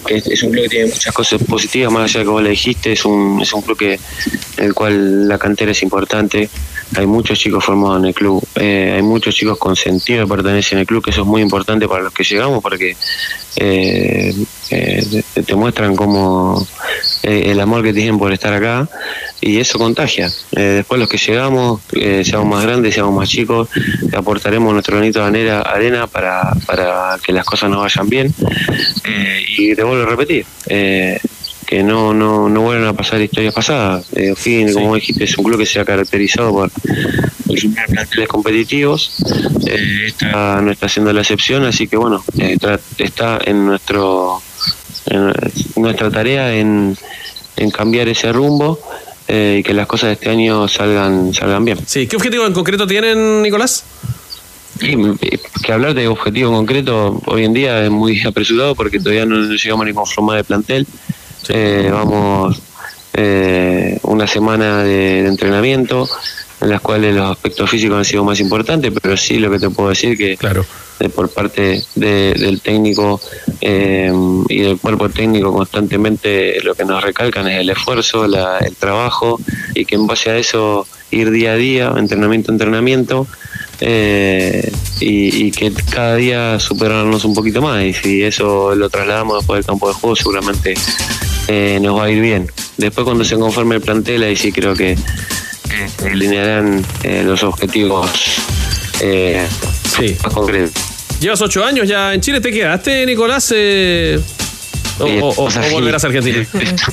que es, es un club que tiene muchas cosas positivas, más allá de que vos le dijiste, es un, es un club que en el cual la cantera es importante. Hay muchos chicos formados en el club, eh, hay muchos chicos con sentido de pertenencia en el club, que eso es muy importante para los que llegamos, porque eh, eh, te, te muestran cómo eh, el amor que tienen por estar acá, y eso contagia. Eh, después los que llegamos, eh, seamos más grandes, seamos más chicos, aportaremos nuestro granito de arena, arena para, para que las cosas nos vayan bien. Eh, y te vuelvo a repetir, eh, que no no no vuelvan a pasar historias pasadas. Eh, O'Higgins, sí, como dijiste, es un club que se ha caracterizado por, por sumar planteles competitivos. Eh, esta no está siendo la excepción, así que bueno, eh, tra- está en nuestro en nuestra tarea en, en cambiar ese rumbo eh, y que las cosas de este año salgan salgan bien. Sí, ¿qué objetivo en concreto tienen, Nicolás? Sí, que hablar de objetivo en concreto hoy en día es muy apresurado porque todavía no llegamos ni con forma de plantel. Eh, vamos eh, una semana de, de entrenamiento en las cuales los aspectos físicos han sido más importantes, pero sí lo que te puedo decir que claro, de, por parte de, del técnico eh, y del cuerpo técnico constantemente lo que nos recalcan es el esfuerzo, la, el trabajo, y que en base a eso ir día a día, entrenamiento a entrenamiento, eh, y, y que cada día superarnos un poquito más, y si eso lo trasladamos después del campo de juego seguramente eh, nos va a ir bien. Después cuando se conforme el plantel, ahí sí creo que que alinearán eh, los objetivos eh, sí, más concretos. Llevas ocho años ya en Chile, ¿te quedaste, Nicolás? Eh, o, o, o, o volverás a Argentina?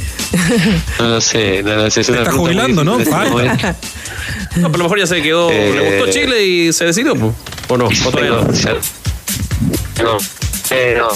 No lo sé, no lo sé. Se está jubilando, ¿no? No, pero a lo mejor ya se quedó, eh, le gustó Chile y se decidió, ¿o no? ¿O todavía no? No, eh, no.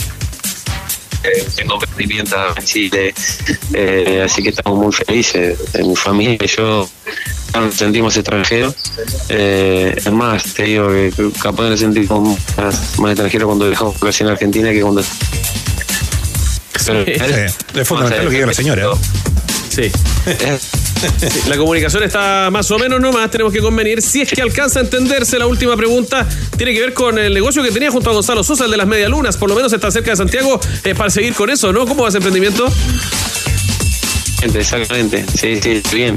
Eh, tengo emprendimientos en Chile, eh, así que estamos muy felices. En mi familia y yo nos sentimos extranjeros. Eh, es más, te digo que capaz nos sentimos más, más extranjeros cuando dejamos clase en Argentina que cuando. Pero, sí, sí. Es fundamental lo que diga la señora. Sí. Sí, la comunicación está más o menos nomás, tenemos que convenir. Si es que alcanza a entenderse, la última pregunta tiene que ver con el negocio que tenía junto a Gonzalo Sosa, el de las medialunas. Por lo menos está cerca de Santiago, eh, para seguir con eso, ¿no? ¿Cómo va ese emprendimiento? Exactamente, sí, sí, bien.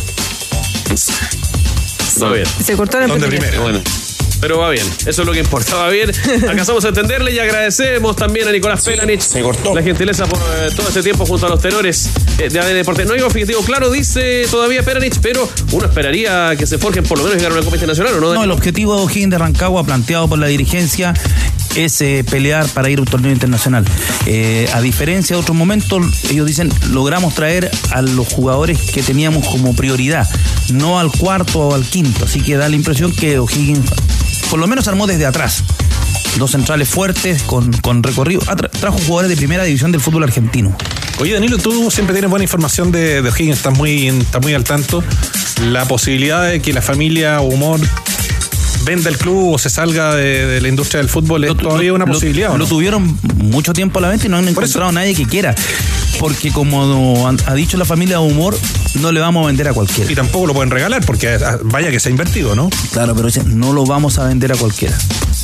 Va bien. Se cortó el emprendimiento. Bueno. Pero va bien, eso es lo que importa, va bien. Alcanzamos a entenderle y agradecemos también a Nicolás Peranich se cortó. la gentileza por eh, todo este tiempo junto a los tenores eh, de A D N Deportes. No hay objetivo claro, dice todavía Peranich, pero uno esperaría que se forjen por lo menos llegar a una Copa Internacional, ¿o no? No, el objetivo de O'Higgins de Rancagua planteado por la dirigencia es eh, pelear para ir a un torneo internacional. Eh, a diferencia de otros momentos, ellos dicen, logramos traer a los jugadores que teníamos como prioridad, no al cuarto o al quinto, así que da la impresión que O'Higgins por lo menos armó desde atrás. Dos centrales fuertes, con, con recorrido. Ah, tra- trajo jugadores de primera división del fútbol argentino. Oye, Danilo, tú siempre tienes buena información de, de O'Higgins, estás muy, estás muy al tanto. La posibilidad de que la familia Humor venda el club o se salga de, de la industria del fútbol es lo, todavía una lo, posibilidad, ¿o no? Lo tuvieron mucho tiempo a la venta y no han Por encontrado a nadie que quiera. Porque como ha dicho la familia Humor, no le vamos a vender a cualquiera. Y tampoco lo pueden regalar porque vaya que se ha invertido, ¿no? Claro, pero no lo vamos a vender a cualquiera.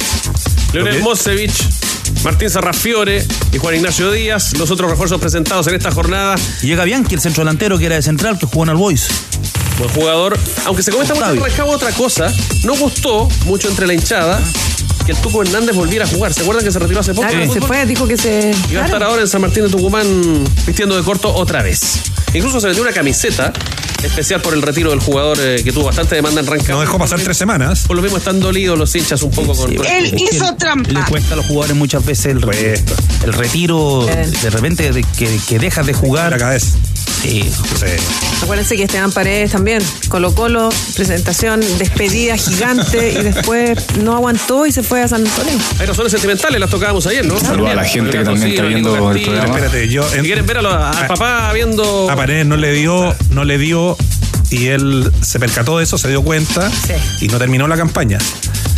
Leonel Mosevich, Martín Sarrafiore y Juan Ignacio Díaz, los otros refuerzos presentados en esta jornada. Llega Bianchi, el centro delantero que era de central, que jugó en el Boys. Buen jugador. Aunque se comenta mucho en Rancagua otra cosa, no gustó mucho entre la hinchada que el Tuco Hernández volviera a jugar. ¿Se acuerdan que se retiró hace poco? Claro, se fue, dijo que se... Iba claro. a estar ahora en San Martín de Tucumán vistiendo de corto otra vez. Incluso se le dio una camiseta especial por el retiro del jugador eh, que tuvo bastante demanda en Rancagua. No dejó pasar tres semanas. Por lo mismo están dolidos los hinchas un poco con... Sí, él hizo trampa. Le cuesta a los jugadores muchas veces el, resto, el retiro, eh. de repente de que, que dejas de jugar. La cabeza. Sí, sí. Acuérdense que Esteban Paredes también, Colo Colo, presentación, despedida gigante y después no aguantó y se fue a San Antonio. Hay razones sentimentales, las tocábamos ayer, ¿no? Saludos a la gente que también está viendo el programa. Espérate, yo... Si quieren ver a lo, al papá viendo... A Paredes no le dio, no le dio y él se percató de eso, se dio cuenta sí. y no terminó la campaña.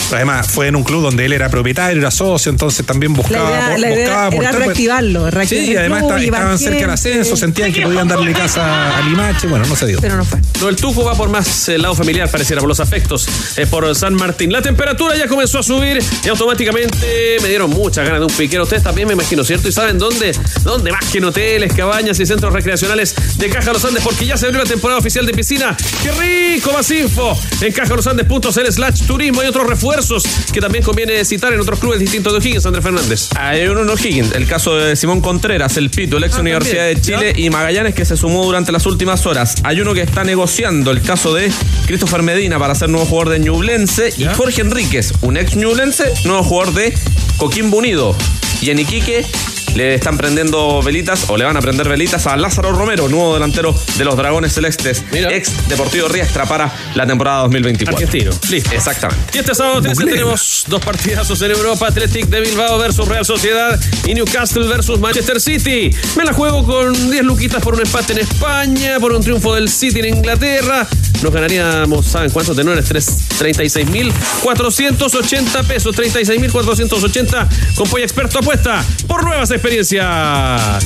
Además, fue en un club donde él era propietario, era socio, entonces también buscaba. La idea, por, la idea buscaba era aportar, reactivarlo, reactivar Sí, el además club, está- llevar estaban cerca del gente. ascenso, sentían que podían darle casa a Limache. Bueno, no se dio. Pero no fue. No, el Tuco va por más el lado familiar, pareciera, por los afectos, eh, por San Martín. La temperatura ya comenzó a subir y automáticamente me dieron muchas ganas de un piquero. Ustedes también, me imagino, ¿cierto? ¿Y saben dónde? ¿Dónde más que en hoteles, cabañas y centros recreacionales de Caja Los Andes? Porque ya se abrió la temporada oficial de piscina. ¡Qué rico! Más info en cajalosandes.cl slash turismo. Hay otros refuerzos que también conviene citar en otros clubes distintos de O'Higgins, Andrés Fernández. Hay uno en O'Higgins, el caso de Simón Contreras, el Pito, el ex Ah, Universidad también. de Chile, ¿Ya? y Magallanes, que se sumó durante las últimas horas. Hay uno que está negociando, el caso de Christopher Medina, para ser nuevo jugador de Ñublense, y Jorge Enríquez, un ex Ñublense, nuevo jugador de Coquimbo Unido. Y en Iquique le están prendiendo velitas, o le van a prender velitas a Lázaro Romero, nuevo delantero de los Dragones Celestes, ex Deportivo Riestra para la temporada dos mil veinticuatro. Argentino. Listo. Exactamente. Y este sábado trece tenemos dos partidazos en Europa: Athletic de Bilbao versus Real Sociedad y Newcastle versus Manchester City. Me la juego con diez luquitas por un empate en España, por un triunfo del City en Inglaterra. Nos ganaríamos, ¿saben cuántos tenores? treinta y seis mil cuatrocientos ochenta pesos. treinta y seis mil cuatrocientos ochenta con Polla Experto Apuesta por nuevas experiencias.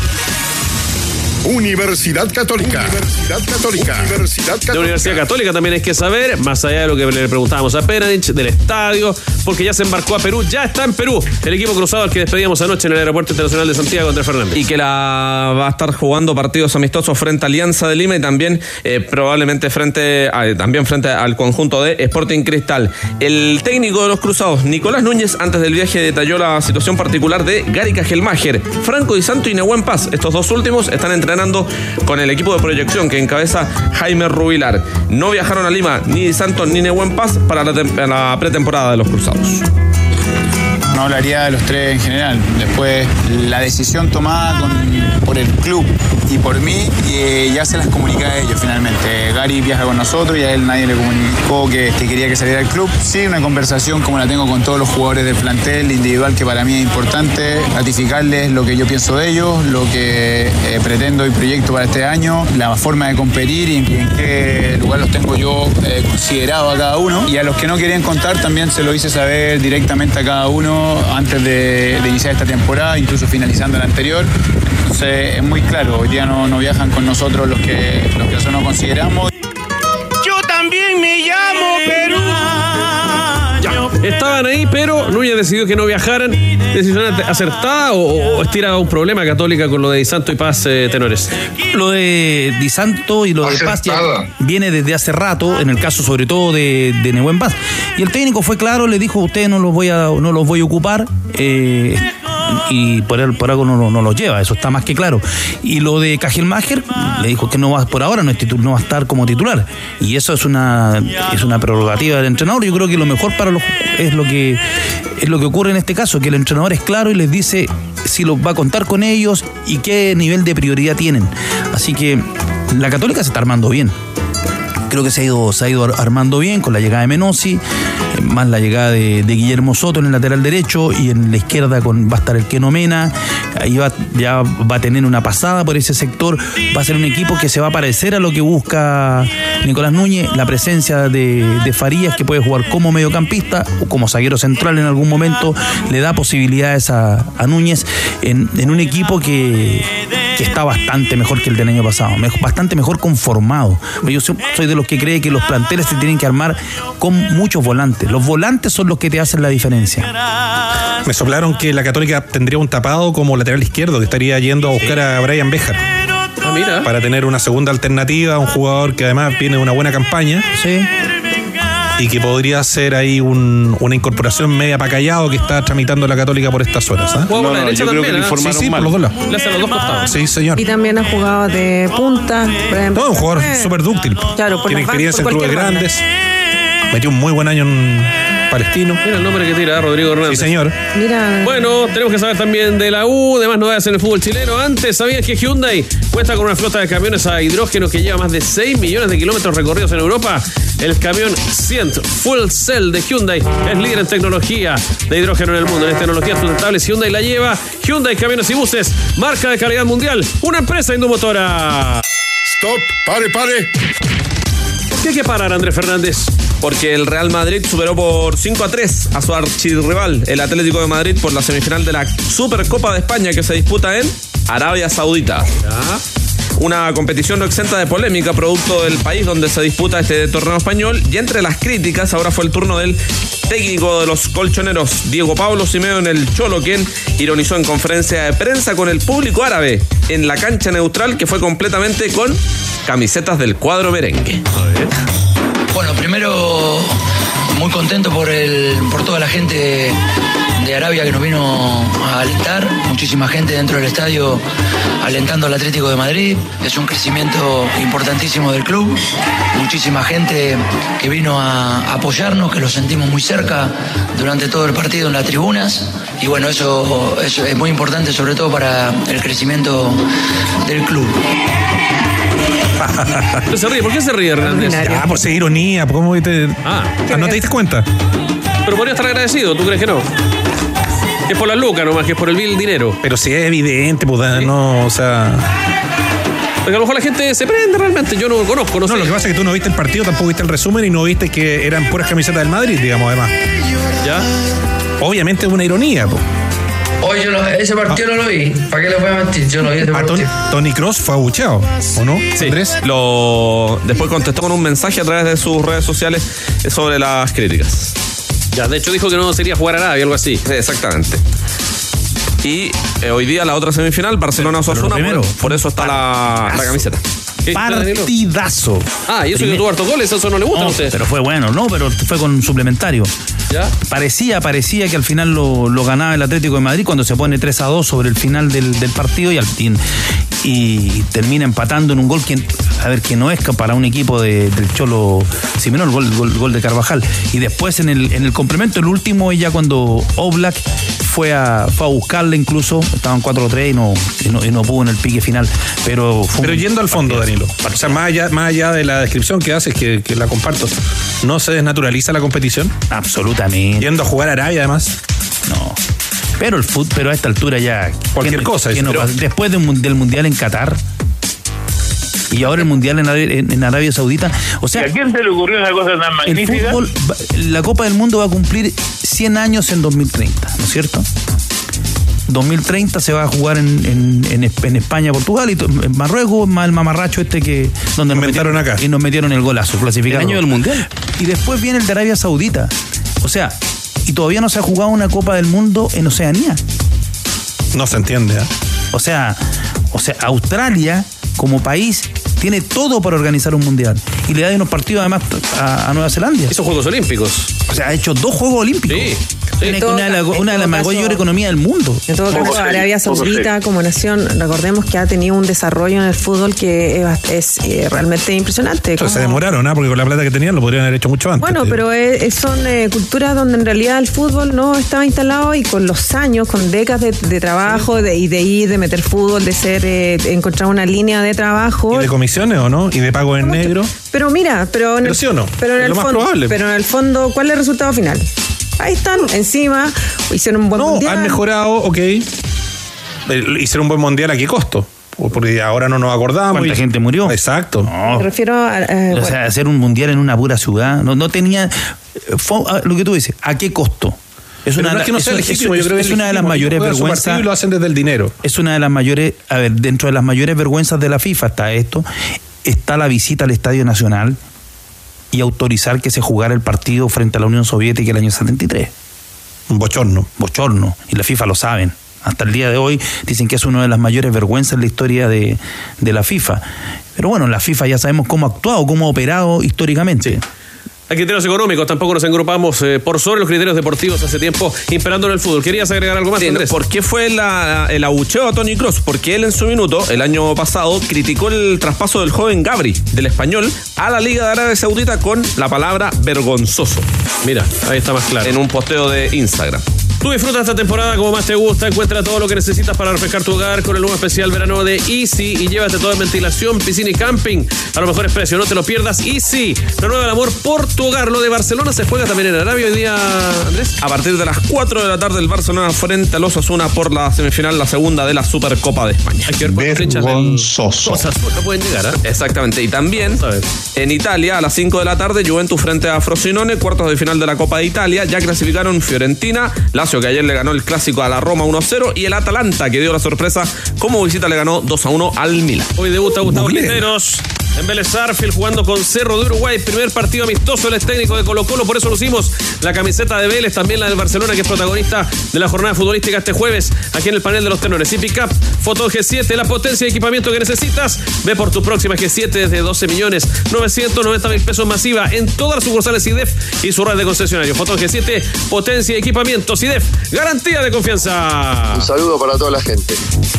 Universidad Católica. Universidad Católica. Universidad Católica. De Universidad Católica también hay que saber, más allá de lo que le preguntábamos a Peranich, del estadio, porque ya se embarcó a Perú, ya está en Perú el equipo cruzado al que despedíamos anoche en el Aeropuerto Internacional de Santiago, Andrés Fernández. Y que la va a estar jugando partidos amistosos frente a Alianza de Lima y también eh, probablemente frente a, también frente al conjunto de Sporting Cristal. El técnico de los cruzados, Nicolás Núñez, antes del viaje detalló la situación particular de Gary Cajelmacher, Franco Di Santo y Nehuen Paz. Estos dos últimos están entrenando con el equipo de proyección que encabeza Jaime Rubilar. No viajaron a Lima ni Di Santo ni Nehuen Paz para la, tem- la pretemporada de los cruzados. No hablaría de los tres en general. Después, la decisión tomada con, por el club y por mí, eh, ya se las comuniqué a ellos finalmente. Gary viaja con nosotros y a él nadie le comunicó que, que quería que saliera del club. Sí, una conversación como la tengo con todos los jugadores del plantel individual, que para mí es importante ratificarles lo que yo pienso de ellos, lo que eh, pretendo y proyecto para este año, la forma de competir y en, en qué lugar los tengo yo eh, considerado a cada uno. Y a los que no querían contar también se lo hice saber directamente a cada uno antes de, de iniciar esta temporada, incluso finalizando la anterior. Entonces es muy claro, hoy día no, no viajan con nosotros los que, los que nosotros no consideramos. Yo también me llamo Perú. Ya, estaban ahí, pero Núñez decidió que no viajaran. ¿Decisión acertada o, o estira un problema Católica con lo de Di Santo y Paz, eh, tenores? Lo de Di Santo y lo de Paz ya viene desde hace rato, en el caso sobre todo de, de Nehuen Paz. Y el técnico fue claro, le dijo: ustedes no los voy a, no los voy a ocupar. Eh, y por, él, por algo no, no los lleva, eso está más que claro. Y lo de Cajelmacher, le dijo que no va, por ahora no, es titu, no va a estar como titular, y eso es una es una prerrogativa del entrenador. Yo creo que lo mejor para los es lo que es lo que ocurre en este caso, que el entrenador es claro y les dice si los va a contar con ellos y qué nivel de prioridad tienen. Así que la Católica se está armando bien. Creo que se ha ido, se ha ido armando bien con la llegada de Menossi, más la llegada de, de Guillermo Soto en el lateral derecho, y en la izquierda con, va a estar el Keno Mena. Ahí va, ya va a tener una pasada por ese sector. Va a ser un equipo que se va a parecer a lo que busca Nicolás Núñez. La presencia de, de Farías, que puede jugar como mediocampista o como zaguero central en algún momento, le da posibilidades a, a Núñez en, en un equipo que, que está bastante mejor que el del año pasado, bastante mejor conformado. Yo soy de los que cree que los planteles se tienen que armar con muchos volantes. Los volantes son los que te hacen la diferencia. Me soplaron que la Católica tendría un tapado como lateral izquierdo, que estaría yendo a buscar a Brian Béjar. Ah, mira. Para tener una segunda alternativa, un jugador que además viene de una buena campaña. Sí. Y que podría ser ahí un, una incorporación media pa' Callao que está tramitando la Católica por estas horas. ¿eh? No, no, yo creo que le informaron sí, sí, mal. por los dos lados. Le hacen los dos costados. Sí, señor. Y también ha jugado de punta. Por ejemplo. No, un jugador súper dúctil. Claro, por tiene las experiencia en por clubes cualquier grandes. Metió un muy buen año en Palestino. Mira el nombre que tira Rodrigo Hernández. Sí, señor. Mira. Bueno, tenemos que saber también de la U, demás novedades en el fútbol chileno. Antes, ¿sabías que Hyundai cuenta con una flota de camiones a hidrógeno que lleva más de seis millones de kilómetros recorridos en Europa? El camión Scient Full Cell de Hyundai es líder en tecnología de hidrógeno en el mundo. En tecnologías sustentables, Hyundai la lleva. Hyundai Camiones y Buses, marca de calidad mundial, una empresa indumotora. Stop, pare, pare. ¿Por qué hay que parar, Andrés Fernández? porque el Real Madrid superó por cinco a tres a su archirrival, el Atlético de Madrid, por la semifinal de la Supercopa de España que se disputa en Arabia Saudita. ¿Ya? Una competición no exenta de polémica, producto del país donde se disputa este torneo español. Y entre las críticas, ahora fue el turno del técnico de los colchoneros, Diego Pablo Simeone, el Cholo, quien ironizó en conferencia de prensa con el público árabe en la cancha neutral, que fue completamente con camisetas del cuadro merengue. Bueno, primero muy contento por el por toda la gente de Arabia que nos vino a alentar, muchísima gente dentro del estadio alentando al Atlético de Madrid. Es un crecimiento importantísimo del club, muchísima gente que vino a apoyarnos, que lo sentimos muy cerca durante todo el partido en las tribunas, y bueno, eso, eso es muy importante, sobre todo para el crecimiento del club. Se ríe. ¿Por qué se ríe, Hernández? Ya, pues es ironía. ¿Cómo te... Ah, ¿no te diste cuenta? Pero podría estar agradecido, ¿tú crees que no? Que es por la lucas nomás, que es por el vil dinero. Pero sí es evidente, pues, ¿sí? No, o sea... Porque a lo mejor la gente se prende realmente, yo no lo conozco, no, no sé. Lo que pasa es que tú no viste el partido, tampoco viste el resumen y no viste que eran puras camisetas del Madrid, digamos, además. ¿Ya? Obviamente es una ironía, pues. Hoy yo no, ese partido no lo vi. ¿Para qué les voy a mentir? Yo no vi ese partido. Tony, Tony Kroos fue abucheado, ¿o no? Sí, Andrés. Lo, después contestó con un mensaje a través de sus redes sociales sobre las críticas. Ya, de hecho dijo que no sería jugar a Arabia, algo así. Sí, exactamente. Y eh, hoy día la otra semifinal, Barcelona-Osasuna, por, por eso está la, la camiseta. Partidazo. Ah, y eso que tuvo hartos goles, eso no le gusta no, a ustedes. Pero fue bueno, no, pero fue con suplementario. ¿Ya? Parecía, parecía que al final lo, lo ganaba el Atlético de Madrid cuando se pone tres a dos sobre el final del, del partido y, al, y, y termina empatando en un gol que, a ver, que no es para un equipo de, del Cholo Simeone, el gol, gol, gol de Carvajal. Y después en el, en el complemento, el último, ya cuando Oblak fue a, fue a buscarle, incluso estaban cuatro a tres y no, y no, y no pudo en el pique final. Pero, fue pero yendo al fondo, Danilo, o sea, más allá, más allá de la descripción que haces, que, que la comparto, ¿no se desnaturaliza la competición? Absolutamente. Yendo a jugar a Arabia, además. No. Pero el fútbol, pero a esta altura ya... Cualquier cosa. No, pero, después de un, del Mundial en Qatar y ahora el Mundial en, en, en Arabia Saudita, o sea... ¿Y a quién se le ocurrió una cosa tan magnífica? El fútbol, la Copa del Mundo va a cumplir cien años en dos mil treinta, ¿no es cierto? dos mil treinta se va a jugar en, en, en, en España, Portugal y en Marruecos, más el mamarracho este que donde nos metieron, metieron acá y nos metieron el golazo clasificado. El año del Mundial. Y después viene el de Arabia Saudita. O sea, y todavía no se ha jugado una Copa del Mundo en Oceanía. No se entiende, ¿eh? O sea, o sea, Australia como país tiene todo para organizar un mundial y le da unos partidos además a, a Nueva Zelanda. Esos Juegos Olímpicos. O sea, ha hecho dos Juegos Olímpicos. Sí. Sí. Una, una, de la, una de las mayores economías del mundo. En todo caso, Arabia Saudita como nación, recordemos que ha tenido un desarrollo en el fútbol que es, es eh, realmente impresionante. Entonces se demoraron, ¿no? Porque con la plata que tenían lo podrían haber hecho mucho antes. Bueno, tío. pero es, son eh, culturas donde en realidad el fútbol no estaba instalado y con los años, con décadas de, de trabajo de, y de ir, de meter fútbol, de ser, eh, de encontrar una línea de trabajo. ¿Y de comisiones o no? ¿Y de pago en negro? Pero mira, pero en pero el, sí o no, pero en es el lo más fondo, probable. Pero en el fondo, ¿cuál es el resultado final? Ahí están, encima, hicieron un buen no, mundial. Han mejorado, ok. Hicieron un buen mundial, ¿a qué costo? Porque ahora no nos acordamos. ¿Cuánta y... gente murió? Exacto. No. Me refiero a... Eh, o bueno. sea, hacer un mundial en una pura ciudad. No, no tenía... Fue, lo que tú dices, ¿a qué costo? Es una, no es que no sea legítimo, yo creo que es una de las mayores vergüenzas. Y lo hacen desde el dinero. Es una de las mayores... A ver, dentro de las mayores vergüenzas de la FIFA está esto. Está la visita al Estadio Nacional y autorizar que se jugara el partido frente a la Unión Soviética el año setenta y tres. Un bochorno. Bochorno. Y la FIFA lo saben. Hasta el día de hoy dicen que es una de las mayores vergüenzas en la historia de, de la FIFA. Pero bueno, la FIFA ya sabemos cómo ha actuado, cómo ha operado históricamente. Sí. Hay criterios económicos, tampoco nos agrupamos eh, por sobre los criterios deportivos hace tiempo imperando en el fútbol. ¿Querías agregar algo más, sí, Andrés? ¿Por qué fue la, el abucheo a Tony Kroos? Porque él en su minuto, el año pasado, criticó el traspaso del joven Gabri, del Español, a la Liga de Arabia Saudita con la palabra vergonzoso. Mira, ahí está más claro. En un posteo de Instagram. Tú disfrutas esta temporada como más te gusta. Encuentra todo lo que necesitas para refrescar tu hogar con el nuevo especial verano de Easy y llévate todo en ventilación, piscina y camping a los mejores precios. No te lo pierdas. Easy, renueva el amor por tu hogar. Lo de Barcelona se juega también en Arabia hoy día, Andrés. A partir de las cuatro de la tarde, el Barcelona frente al Osasuna por la semifinal, la segunda de la Supercopa de España. Hay que ver cuántos hinchas del Osasuna pueden llegar, ¿eh? Exactamente. Y también en Italia, a las cinco de la tarde, Juventus frente a Frosinone, cuartos de final de la Copa de Italia. Ya clasificaron Fiorentina, Lazio, que ayer le ganó el clásico a la Roma uno a cero, y el Atalanta, que dio la sorpresa como visita, le ganó dos a uno al Milan. Hoy debuta Gustavo Quinteros en Vélez Sarsfield jugando con Cerro de Uruguay. Primer partido amistoso, él es técnico de Colo-Colo, por eso lucimos la camiseta de Vélez, también la del Barcelona, que es protagonista de la jornada futbolística este jueves aquí en el panel de los tenores. Y Pickup Photon G siete, la potencia y equipamiento que necesitas. Ve por tu próxima G siete desde doce millones novecientos noventa mil pesos masiva en todas las sucursales C I D E F y su red de concesionarios. Photon G siete, potencia y equipamiento. C I D E F, garantía de confianza. Un saludo para toda la gente.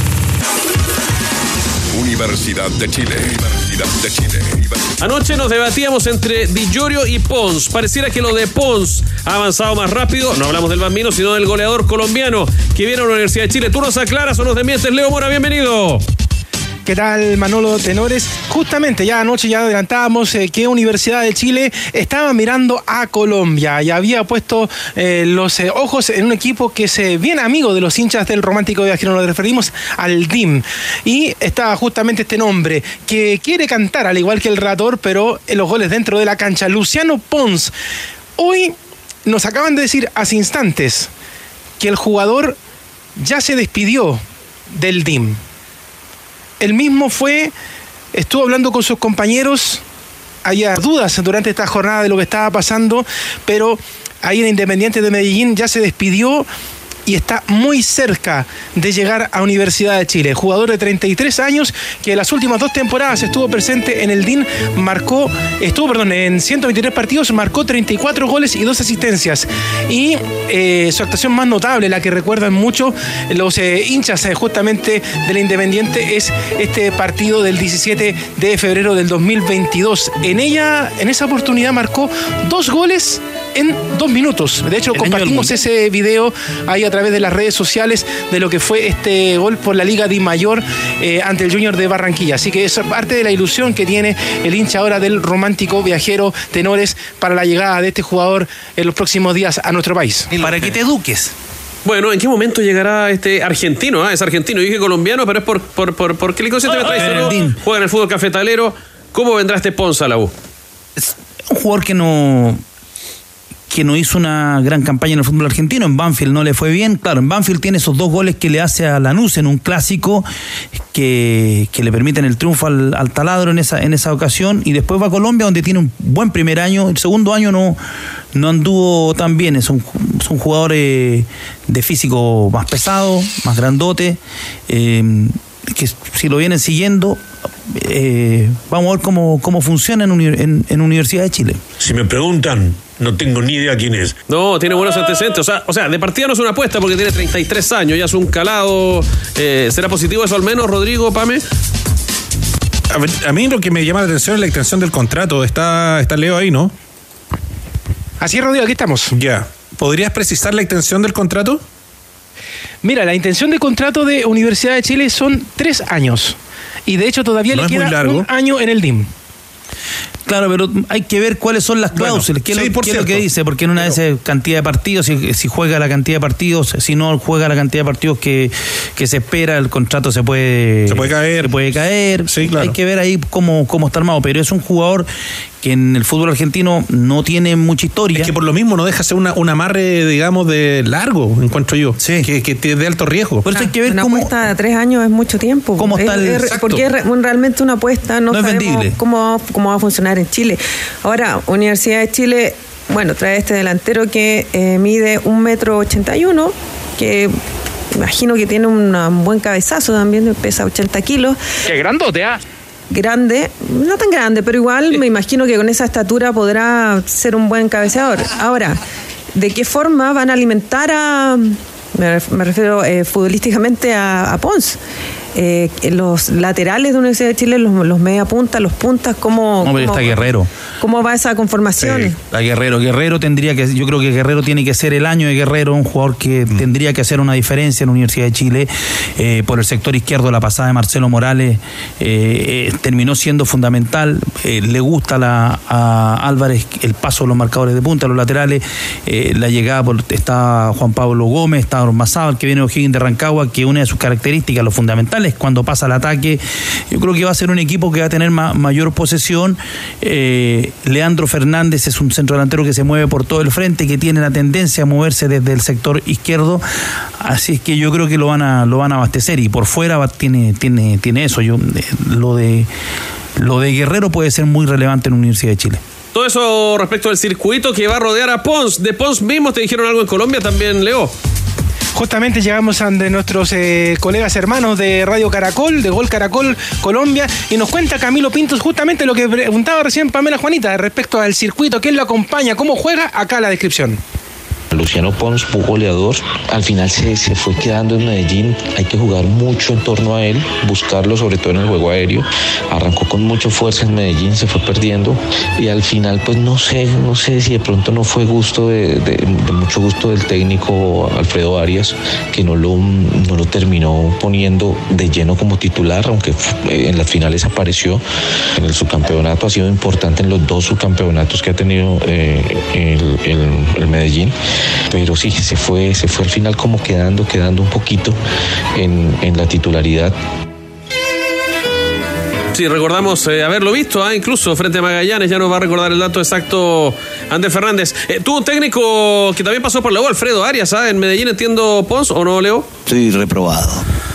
Universidad de Chile. Universidad de Chile. Anoche nos debatíamos entre Di Llorio y Pons. Pareciera que lo de Pons ha avanzado más rápido. No hablamos del bambino, sino del goleador colombiano que viene a la Universidad de Chile. ¿Tú nos aclaras o nos desmientes? Leo Mora, bienvenido. ¿Qué tal, Manolo Tenores? Justamente ya anoche ya adelantábamos eh, que Universidad de Chile estaba mirando a Colombia y había puesto eh, los eh, ojos en un equipo que es eh, bien amigo de los hinchas del Romántico Viajero. Nos referimos al D I M. Y estaba justamente este nombre que quiere cantar, al igual que el relator, pero en los goles dentro de la cancha. Luciano Pons. Hoy nos acaban de decir hace instantes que el jugador ya se despidió del D I M. Él mismo fue, estuvo hablando con sus compañeros, había dudas durante esta jornada de lo que estaba pasando, pero ahí en Independiente de Medellín ya se despidió y está muy cerca de llegar a Universidad de Chile. Jugador de treinta y tres años que en las últimas dos temporadas estuvo presente en el D I N, marcó, estuvo, perdón, en ciento veintitrés partidos, marcó treinta y cuatro goles y dos asistencias. Y eh, su actuación más notable, la que recuerdan mucho los eh, hinchas eh, justamente del Independiente, es este partido del diecisiete de febrero del dos mil veintidós. En ella, en esa oportunidad marcó dos goles en dos minutos. De hecho, compartimos ese video ahí a través de las redes sociales de lo que fue este gol por la Liga Di Mayor eh, ante el Junior de Barranquilla. Así que es parte de la ilusión que tiene el hincha ahora del Romántico Viajero Tenores para la llegada de este jugador en los próximos días a nuestro país. Para que te eduques. Bueno, ¿en qué momento llegará este argentino? ¿eh? Es argentino, yo dije colombiano, pero es por, por, por, porque el inconsciente me traicionó. Juega en el fútbol cafetalero. ¿Cómo vendrá este Pons a la U? Es un jugador que no... que no hizo una gran campaña en el fútbol argentino. En Banfield no le fue bien. Claro, en Banfield tiene esos dos goles que le hace a Lanús en un clásico que, que le permiten el triunfo al, al taladro en esa, en esa ocasión, y después va a Colombia, donde tiene un buen primer año. El segundo año no, no anduvo tan bien. Es un, es un jugador eh, de físico más pesado, más grandote, eh, que si lo vienen siguiendo, eh, vamos a ver cómo, cómo funciona en, en, en Universidad de Chile. Si me preguntan, no tengo ni idea quién es. No, tiene buenos antecedentes. O sea, o sea, de partida no es una apuesta porque tiene treinta y tres años, ya es un calado. Eh, ¿Será positivo eso al menos, Rodrigo, Pame? A, ver, a mí lo que me llama la atención es la extensión del contrato. Está, está Leo ahí, ¿no? Así es, Rodrigo, aquí estamos. Ya. ¿Podrías precisar la extensión del contrato? Mira, la intención de contrato de Universidad de Chile son tres años. Y de hecho todavía no le queda un año en el D I M. Claro, pero hay que ver cuáles son las cláusulas, bueno, qué, sí, lo, qué es lo que dice, porque en una de esas cantidad de partidos, si, si juega la cantidad de partidos, si no juega la cantidad de partidos que, que se espera, el contrato se puede, se puede caer. Se puede caer. Sí, claro. Hay que ver ahí cómo, cómo está armado, pero es un jugador que en el fútbol argentino no tiene mucha historia. Es que por lo mismo no deja ser una, un amarre, digamos, de largo, encuentro yo, sí. que, que de alto riesgo. Por eso hay que ver una cómo, apuesta de tres años es mucho tiempo. ¿Cómo está el, es, porque es realmente una apuesta, no, no sabemos cómo, cómo va a funcionar en Chile. Ahora, Universidad de Chile, bueno, trae este delantero que eh, mide un metro ochenta y uno, que imagino que tiene un buen cabezazo también, pesa ochenta kilos. ¡Qué grandote, ah! Grande, no tan grande, pero igual me imagino que con esa estatura podrá ser un buen cabeceador. Ahora, ¿de qué forma van a alimentar a, me refiero eh, futbolísticamente a, a Pons? eh, los laterales de Universidad de Chile, los, los media punta, los puntas, ¿cómo, no, pero cómo, está Guerrero. ¿Cómo va esa conformación? Sí, está Guerrero. Guerrero tendría que, yo creo que Guerrero tiene que ser el año de Guerrero, un jugador que mm. tendría que hacer una diferencia en la Universidad de Chile. Eh, por el sector izquierdo, la pasada de Marcelo Morales eh, eh, terminó siendo fundamental. Eh, le gusta la, a Álvarez el paso de los marcadores de punta, los laterales, eh, la llegada por, está Juan Pablo Gómez, está Ormazábal, que viene de O'Higgins de Rancagua, que una de sus características, lo fundamental es cuando pasa el ataque. Yo creo que va a ser un equipo que va a tener ma, mayor posesión. Eh, Leandro Fernández es un centrodelantero que se mueve por todo el frente, que tiene la tendencia a moverse desde el sector izquierdo, así es que yo creo que lo van a lo van a abastecer, y por fuera va, tiene tiene tiene eso. Yo eh, lo de lo de Guerrero puede ser muy relevante en la Universidad de Chile. Todo eso respecto al circuito que va a rodear a Pons. De Pons mismos te dijeron algo en Colombia también, Leo. Justamente llegamos a de nuestros eh, colegas hermanos de Radio Caracol, de Gol Caracol Colombia, y nos cuenta Camilo Pintos justamente lo que preguntaba recién Pamela Juanita respecto al circuito, quién lo acompaña, cómo juega, acá la descripción. Luciano Pons, muy goleador, al final se, se fue quedando en Medellín. Hay que jugar mucho en torno a él, buscarlo sobre todo en el juego aéreo. Arrancó con mucha fuerza en Medellín, se fue perdiendo y al final pues no sé, no sé si de pronto no fue gusto de, de, de mucho gusto del técnico Alfredo Arias, que no lo, no lo terminó poniendo de lleno como titular, aunque en las finales apareció. En el subcampeonato ha sido importante en los dos subcampeonatos que ha tenido eh, el, el, el Medellín. Pero sí, se fue, se fue al final como quedando, quedando un poquito en, en la titularidad. Sí, recordamos eh, haberlo visto, ¿eh? Incluso frente a Magallanes, ya nos va a recordar el dato exacto Andrés Fernández. Eh, tuvo un técnico que también pasó por la U, Alfredo Arias, ¿eh? En Medellín, entiendo, Pons, ¿o no, Leo? Sí, reprobado.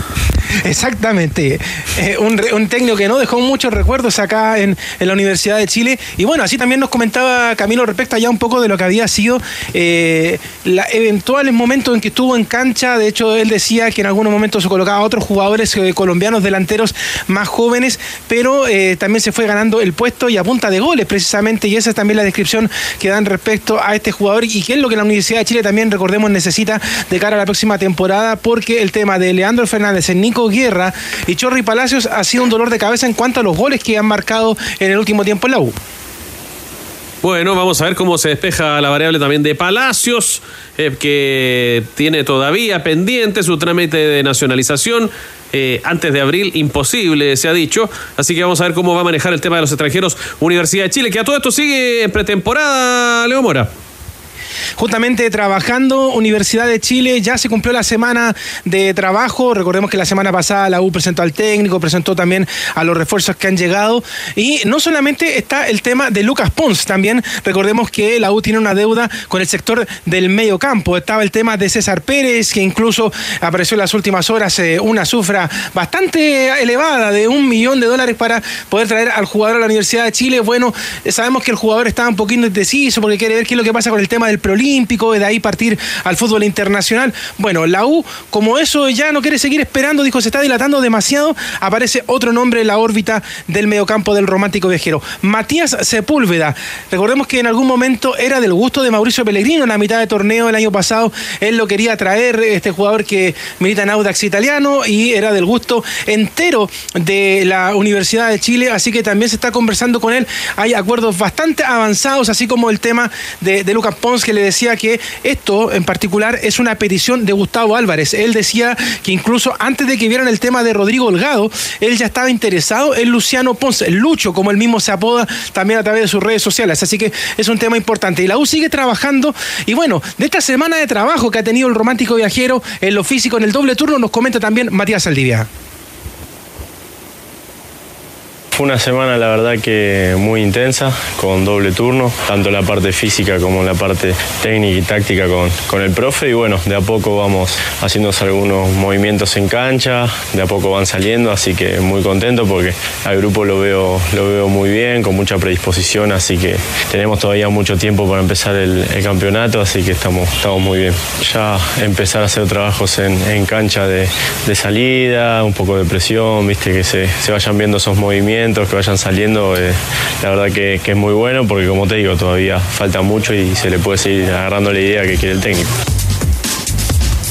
Exactamente, eh, un, un técnico que no dejó muchos recuerdos acá en, en la Universidad de Chile. Y bueno, así también nos comentaba Camilo respecto ya un poco de lo que había sido eh, la eventuales momentos en que estuvo en cancha. De hecho, él decía que en algunos momentos se colocaba a otros jugadores eh, colombianos delanteros más jóvenes, pero eh, también se fue ganando el puesto y a punta de goles precisamente, y esa es también la descripción que dan respecto a este jugador, y que es lo que la Universidad de Chile también, recordemos, necesita de cara a la próxima temporada, porque el tema de Leandro Fernández, en Nico Guerra y Chorri Palacios ha sido un dolor de cabeza en cuanto a los goles que han marcado en el último tiempo en la U. Bueno, vamos a ver cómo se despeja la variable también de Palacios, eh, que tiene todavía pendiente su trámite de nacionalización. Eh, antes de abril, imposible, se ha dicho. Así que vamos a ver cómo va a manejar el tema de los extranjeros Universidad de Chile, que a todo esto sigue en pretemporada, Leo Mora. Justamente trabajando, Universidad de Chile, ya se cumplió la semana de trabajo. Recordemos que la semana pasada la U presentó al técnico, presentó también a los refuerzos que han llegado, y no solamente está el tema de Lucas Pons, también recordemos que la U tiene una deuda con el sector del medio campo. Estaba el tema de César Pérez, que incluso apareció en las últimas horas eh, una cifra bastante elevada de un millón de dólares para poder traer al jugador a la Universidad de Chile. Bueno, sabemos que el jugador está un poquito indeciso porque quiere ver qué es lo que pasa con el tema del preolímpico, de ahí partir al fútbol internacional. Bueno, la U, como eso ya no quiere seguir esperando, dijo, se está dilatando demasiado, aparece otro nombre en la órbita del mediocampo del Romántico Viajero, Matías Sepúlveda. Recordemos que en algún momento era del gusto de Mauricio Pellegrino en la mitad de torneo del año pasado. Él lo quería traer, este jugador que milita en Audax Italiano, y era del gusto entero de la Universidad de Chile, así que también se está conversando con él. Hay acuerdos bastante avanzados, así como el tema de, de Lucas Pons, que le decía que esto en particular es una petición de Gustavo Álvarez. Él decía que incluso antes de que vieran el tema de Rodrigo Holgado, él ya estaba interesado en Luciano Pons, el Lucho, como él mismo se apoda también a través de sus redes sociales. Así que es un tema importante. Y la U sigue trabajando. Y bueno, de esta semana de trabajo que ha tenido el Romántico Viajero en lo físico, en el doble turno, nos comenta también Matías Saldivia. Fue una semana, la verdad, que muy intensa, con doble turno, tanto la parte física como la parte técnica y táctica con, con el profe. Y bueno, de a poco vamos haciéndose algunos movimientos en cancha, de a poco van saliendo, así que muy contento porque al grupo lo veo, lo veo muy bien, con mucha predisposición, así que tenemos todavía mucho tiempo para empezar el, el campeonato, así que estamos, estamos muy bien. Ya empezar a hacer trabajos en, en cancha de, de salida, un poco de presión, viste, que se, se vayan viendo esos movimientos, que vayan saliendo, eh, la verdad que, que es muy bueno, porque como te digo, todavía falta mucho y se le puede seguir agarrando la idea que quiere el técnico.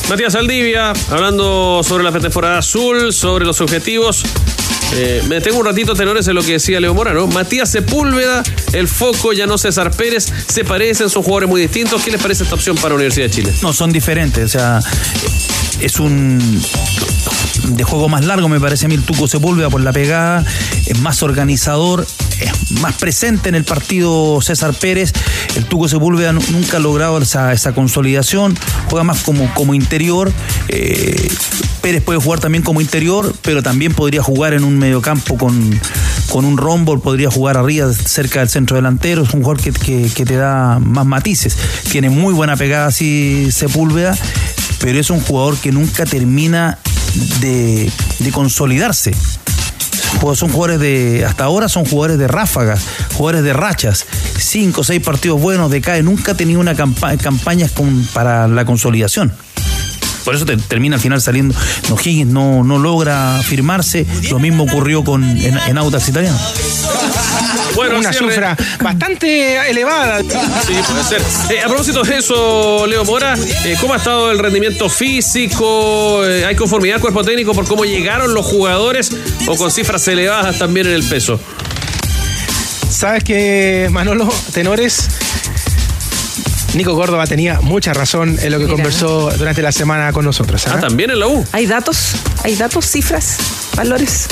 Matías Saldivia, hablando sobre la pretemporada azul, sobre los objetivos. Eh, me detengo un ratito, tenores, en lo que decía Leo Mora, ¿no? Matías Sepúlveda, el foco, ya no César Pérez, se parecen, son jugadores muy distintos. ¿Qué les parece esta opción para la Universidad de Chile? No, son diferentes, o sea, es un de juego más largo, me parece a mí, el Tuco Sepúlveda por la pegada, es más organizador, es más presente en el partido César Pérez. El Tuco Sepúlveda nunca ha logrado esa, esa consolidación, juega más como, como interior. eh, Pérez puede jugar también como interior, pero también podría jugar en un mediocampo con, con un rombo, podría jugar arriba cerca del centro delantero. Es un jugador que, que, que te da más matices, tiene muy buena pegada así Sepúlveda, pero es un jugador que nunca termina de, de consolidarse. Son jugadores de, hasta ahora son jugadores de ráfagas, jugadores de rachas, cinco o seis partidos buenos, decae, nunca ha tenido una campa- campaña con, para la consolidación. Por eso te, termina al final saliendo. O'Higgins no, no logra firmarse. Lo mismo ocurrió con en, en Audax Italiano. Bueno, una cierre. Cifra bastante elevada. Sí, puede ser. Eh, a propósito de eso, Leo Mora, eh, ¿cómo ha estado el rendimiento físico? Eh, ¿Hay conformidad al cuerpo técnico por cómo llegaron los jugadores o con cifras elevadas también en el peso? ¿Sabes qué, Manolo, tenores? Nico Córdoba tenía mucha razón en lo que Mira. conversó durante la semana con nosotros. ¿eh? Ah, también en la U. ¿Hay datos? ¿Hay datos, cifras, valores?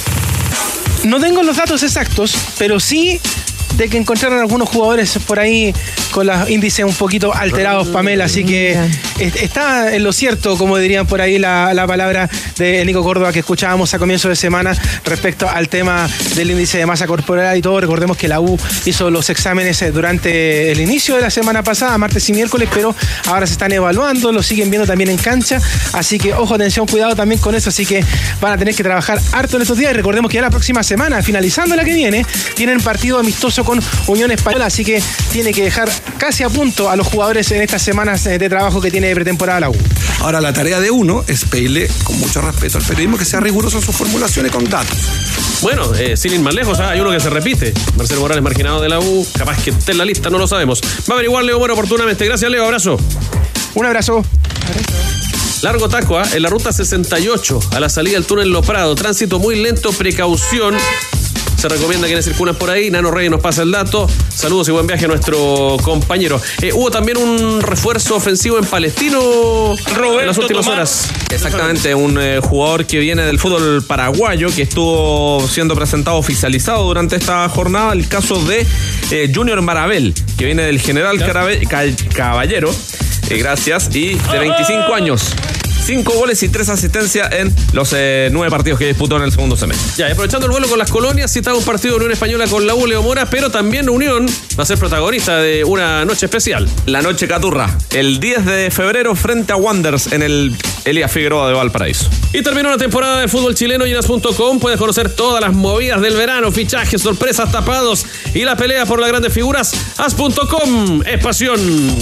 No tengo los datos exactos, pero sí de que encontraron algunos jugadores por ahí con los índices un poquito alterados, Pamela, así que está en lo cierto, como dirían por ahí la, la palabra de Nico Córdoba que escuchábamos a comienzo de semana respecto al tema del índice de masa corporal y todo. Recordemos que la U hizo los exámenes durante el inicio de la semana pasada, martes y miércoles, pero ahora se están evaluando, lo siguen viendo también en cancha, así que ojo, atención, cuidado también con eso, así que van a tener que trabajar harto en estos días. Y recordemos que ya la próxima semana, finalizando la que viene, tienen partido amistoso con Unión Española, así que tiene que dejar casi a punto a los jugadores en estas semanas de trabajo que tiene de pretemporada la U. Ahora, la tarea de uno es pedirle, con mucho respeto al periodismo, que sea riguroso en sus formulaciones con datos. Bueno, eh, sin ir más lejos, ¿eh? Hay uno que se repite. Marcelo Morales, marginado de la U, capaz que esté en la lista, no lo sabemos. Va a averiguar Leo Mora oportunamente. Gracias, Leo, abrazo. Un abrazo. Largo taco, ¿eh? En la ruta sesenta y ocho, a la salida del túnel Lo Prado. Tránsito muy lento, precaución. Se recomienda quienes circulan por ahí. Nano Reyes nos pasa el dato. Saludos y buen viaje a nuestro compañero. Eh, hubo también un refuerzo ofensivo en Palestino Roberto en las últimas Tomás. horas. Exactamente, un eh, jugador que viene del fútbol paraguayo, que estuvo siendo presentado, oficializado durante esta jornada. El caso de eh, Junior Marabel, que viene del General Carabe- Caballero. Eh, gracias. Y de veinticinco años. Cinco goles y tres asistencias en los eh, nueve partidos que disputó en el segundo semestre. Ya, y aprovechando el vuelo con las colonias, citaba un partido de Unión Española con la U, Leo Mora, pero también Unión va a ser protagonista de una noche especial. La noche caturra, el diez de febrero frente a Wanderers en el Elías Figueroa de Valparaíso. Y terminó la temporada del fútbol chileno y en as punto com puedes conocer todas las movidas del verano, fichajes, sorpresas, tapados y la pelea por las grandes figuras. as punto com es pasión.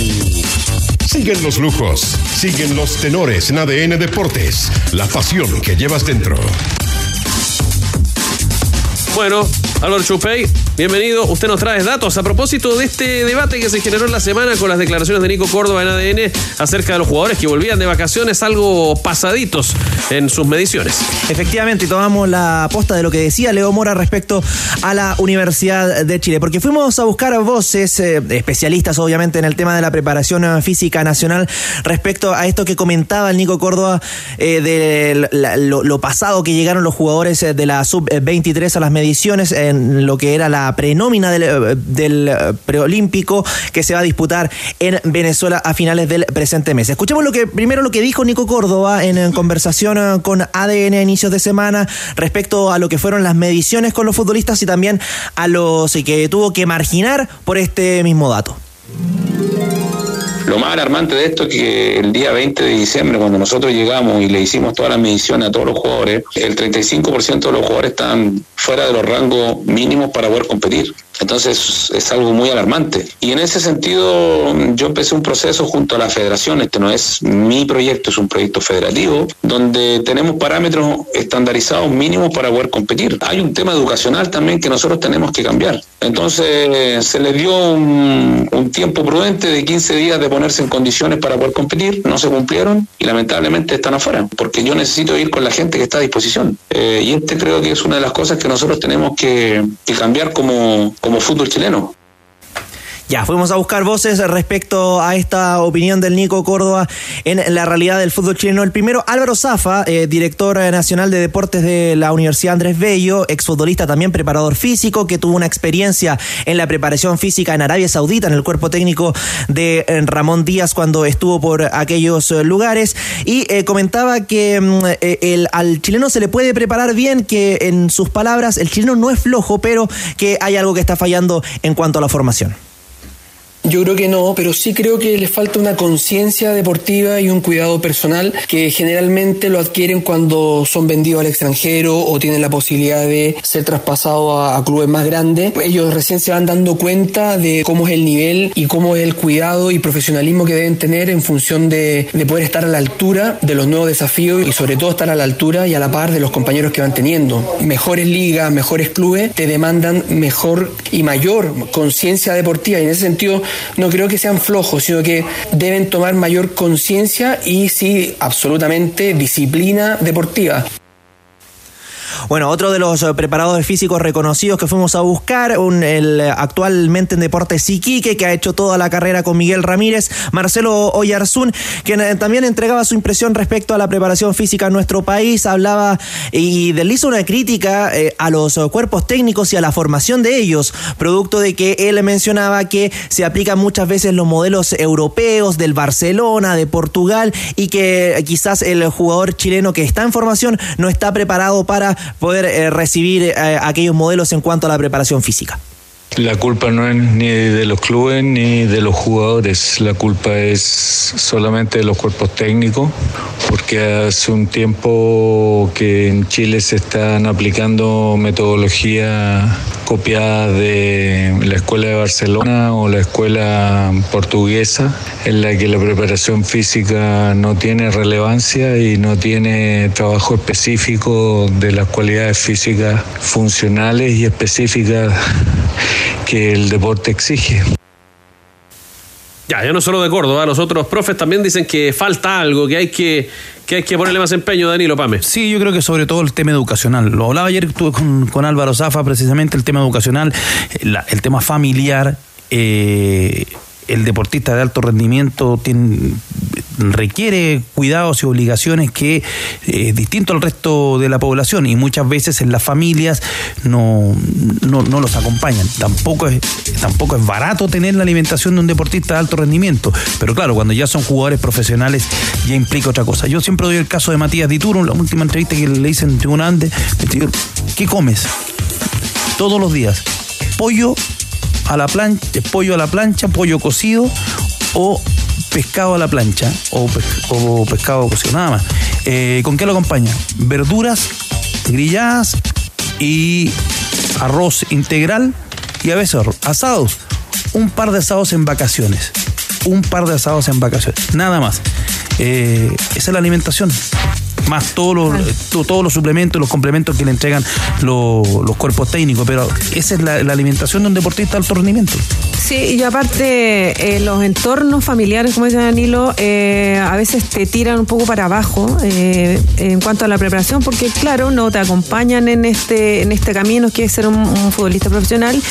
Siguen los lujos, siguen los tenores en A D N Deportes, la pasión que llevas dentro. Bueno, Álvaro Chupey, bienvenido. Usted nos trae datos a propósito de este debate que se generó en la semana con las declaraciones de Nico Córdoba en A D N acerca de los jugadores que volvían de vacaciones algo pasaditos en sus mediciones. Efectivamente, y tomamos la posta de lo que decía Leo Mora respecto a la Universidad de Chile, porque fuimos a buscar voces, eh, especialistas obviamente en el tema de la preparación física nacional respecto a esto que comentaba el Nico Córdoba, eh, de la, lo, lo pasado que llegaron los jugadores de la sub veintitrés a las mediciones en lo que era la prenómina del, del preolímpico que se va a disputar en Venezuela a finales del presente mes. Escuchemos lo que primero lo que dijo Nico Córdoba en, en conversación con A D N a inicios de semana respecto a lo que fueron las mediciones con los futbolistas y también a los que tuvo que marginar por este mismo dato. Lo más alarmante de esto es que el día veinte de diciembre, cuando nosotros llegamos y le hicimos todas las mediciones a todos los jugadores, el treinta y cinco por ciento de los jugadores están fuera de los rangos mínimos para poder competir. Entonces es algo muy alarmante. Y en ese sentido yo empecé un proceso junto a la federación. Este no es mi proyecto, es un proyecto federativo, donde tenemos parámetros estandarizados mínimos para poder competir. Hay un tema educacional también que nosotros tenemos que cambiar. Entonces se les dio un, un tiempo prudente de quince días de ponerse en condiciones para poder competir. No se cumplieron y lamentablemente están afuera, porque yo necesito ir con la gente que está a disposición. Eh, y este creo que es una de las cosas que nosotros tenemos que, que cambiar como, como fútbol chileno. Ya, fuimos a buscar voces respecto a esta opinión del Nico Córdoba en la realidad del fútbol chileno. El primero, Álvaro Zafa, eh, director nacional de deportes de la Universidad Andrés Bello, exfutbolista también, preparador físico, que tuvo una experiencia en la preparación física en Arabia Saudita, en el cuerpo técnico de eh, Ramón Díaz cuando estuvo por aquellos eh, lugares, y eh, comentaba que eh, el, al chileno se le puede preparar bien, que en sus palabras el chileno no es flojo, pero que hay algo que está fallando en cuanto a la formación. Yo creo que no, pero sí creo que les falta una conciencia deportiva y un cuidado personal que generalmente lo adquieren cuando son vendidos al extranjero o tienen la posibilidad de ser traspasados a, a clubes más grandes. Ellos recién se van dando cuenta de cómo es el nivel y cómo es el cuidado y profesionalismo que deben tener en función de, de poder estar a la altura de los nuevos desafíos y sobre todo estar a la altura y a la par de los compañeros que van teniendo. Mejores ligas, mejores clubes te demandan mejor y mayor conciencia deportiva, y en ese sentido no creo que sean flojos, sino que deben tomar mayor conciencia y sí, absolutamente disciplina deportiva. Bueno, otro de los preparadores físicos reconocidos que fuimos a buscar, un, el actualmente en Deportes Iquique, que ha hecho toda la carrera con Miguel Ramírez, Marcelo Oyarzún, quien también entregaba su impresión respecto a la preparación física en nuestro país, hablaba y le hizo una crítica eh, a los cuerpos técnicos y a la formación de ellos, producto de que él mencionaba que se aplican muchas veces los modelos europeos del Barcelona, de Portugal, y que quizás el jugador chileno que está en formación no está preparado para poder eh, recibir eh, aquellos modelos en cuanto a la preparación física. La culpa no es ni de los clubes ni de los jugadores, la culpa es solamente de los cuerpos técnicos, porque hace un tiempo que en Chile se están aplicando metodologías copiadas de la escuela de Barcelona o la escuela portuguesa, en la que la preparación física no tiene relevancia y no tiene trabajo específico de las cualidades físicas funcionales y específicas que el deporte exige. Ya, ya no solo de Córdoba, los otros profes también dicen que falta algo, que hay que, que hay que ponerle más empeño, Danilo Pame. Sí, yo creo que sobre todo el tema educacional. Lo hablaba ayer estuve con, con Álvaro Zafa, precisamente el tema educacional, la, el tema familiar. Eh, el deportista de alto rendimiento tiene, requiere cuidados y obligaciones que es eh, distinto al resto de la población, y muchas veces en las familias no, no, no los acompañan. Tampoco es, tampoco es barato tener la alimentación de un deportista de alto rendimiento, pero claro, cuando ya son jugadores profesionales ya implica otra cosa. Yo siempre doy el caso de Matías Dituro, en la última entrevista que le hice en Tribuna Andes. ¿Qué comes? Todos los días, pollo a la plancha, pollo a la plancha, pollo cocido o pescado a la plancha o, pe- o pescado cocido, nada más. Eh, ¿Con qué lo acompaña? Verduras grilladas y arroz integral y a veces arroz. Asados, un par de asados en vacaciones, un par de asados en vacaciones, nada más. Eh, esa es la alimentación, más todos los, to, todos los suplementos, los complementos que le entregan lo, los cuerpos técnicos, pero esa es la, la alimentación de un deportista de alto rendimiento. Sí, y aparte eh, los entornos familiares, como dice Danilo, eh, a veces te tiran un poco para abajo eh, en cuanto a la preparación, porque claro, no te acompañan en este, en este camino que es ser un, un futbolista profesional.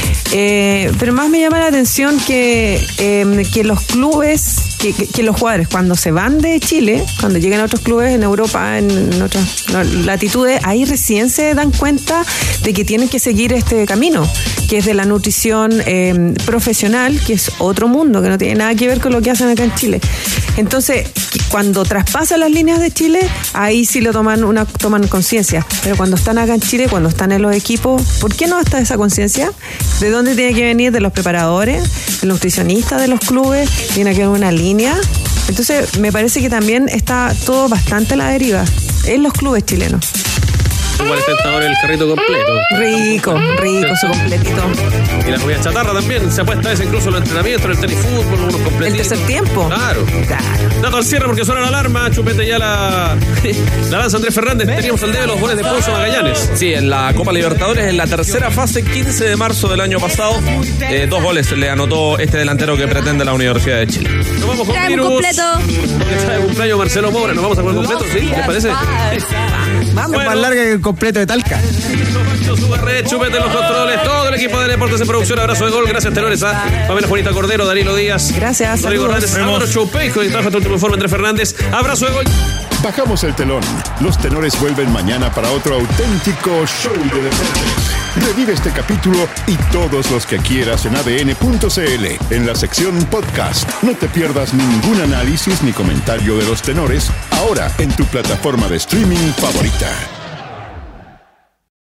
Eh, pero más me llama la atención que, eh, que los clubes, que, que, que los jugadores cuando se van de Chile, cuando llegan a otros clubes en Europa, en otras latitudes, ahí recién se dan cuenta de que tienen que seguir este camino, que es de la nutrición eh, profesional, que es otro mundo, que no tiene nada que ver con lo que hacen acá en Chile. Entonces, cuando traspasan las líneas de Chile, ahí sí lo toman una toman conciencia. Pero cuando están acá en Chile, cuando están en los equipos, ¿por qué no está esa conciencia? ¿De dónde tiene que venir? De los preparadores, de los nutricionistas de los clubes, tiene que haber una línea. Entonces, me parece que también está todo bastante a la deriva en los clubes chilenos. Igual es tentador el carrito completo. Rico, rico su completito. Y la comida chatarra también. Se apuesta a eso incluso en los entrenamientos, en el tenis fútbol, unos completitos. El tercer tiempo. Claro. Claro. Dato al cierre porque suena la alarma. Chupete ya la, la lanza Andrés Fernández. Teníamos el día de los goles de Ponzo Magallanes. Sí, en la Copa Libertadores, en la tercera fase, quince de marzo del año pasado, eh, dos goles le anotó este delantero que pretende la Universidad de Chile. Nos vamos con Traemos virus. completo. Porque está de cumpleaños Marcelo Mora. Nos vamos a comer completo, ¿sí? ¿Les parece? Vamos, más larga que el completo de Talca. Chupete en los controles, todo el equipo de Deportes en producción. Abrazo de gol, gracias tenores a Pamela Juanita Cordero, Danilo Díaz. Gracias. Rodrigo Saludos. Hernández, Álvaro Choupeico y trabaja tu último informe Andrés Fernández. Abrazo de gol. Bajamos el telón. Los tenores vuelven mañana para otro auténtico show de deportes. Revive este capítulo y todos los que quieras en A D N punto C L, en la sección podcast. No te pierdas ningún análisis ni comentario de los tenores, ahora en tu plataforma de streaming favorita.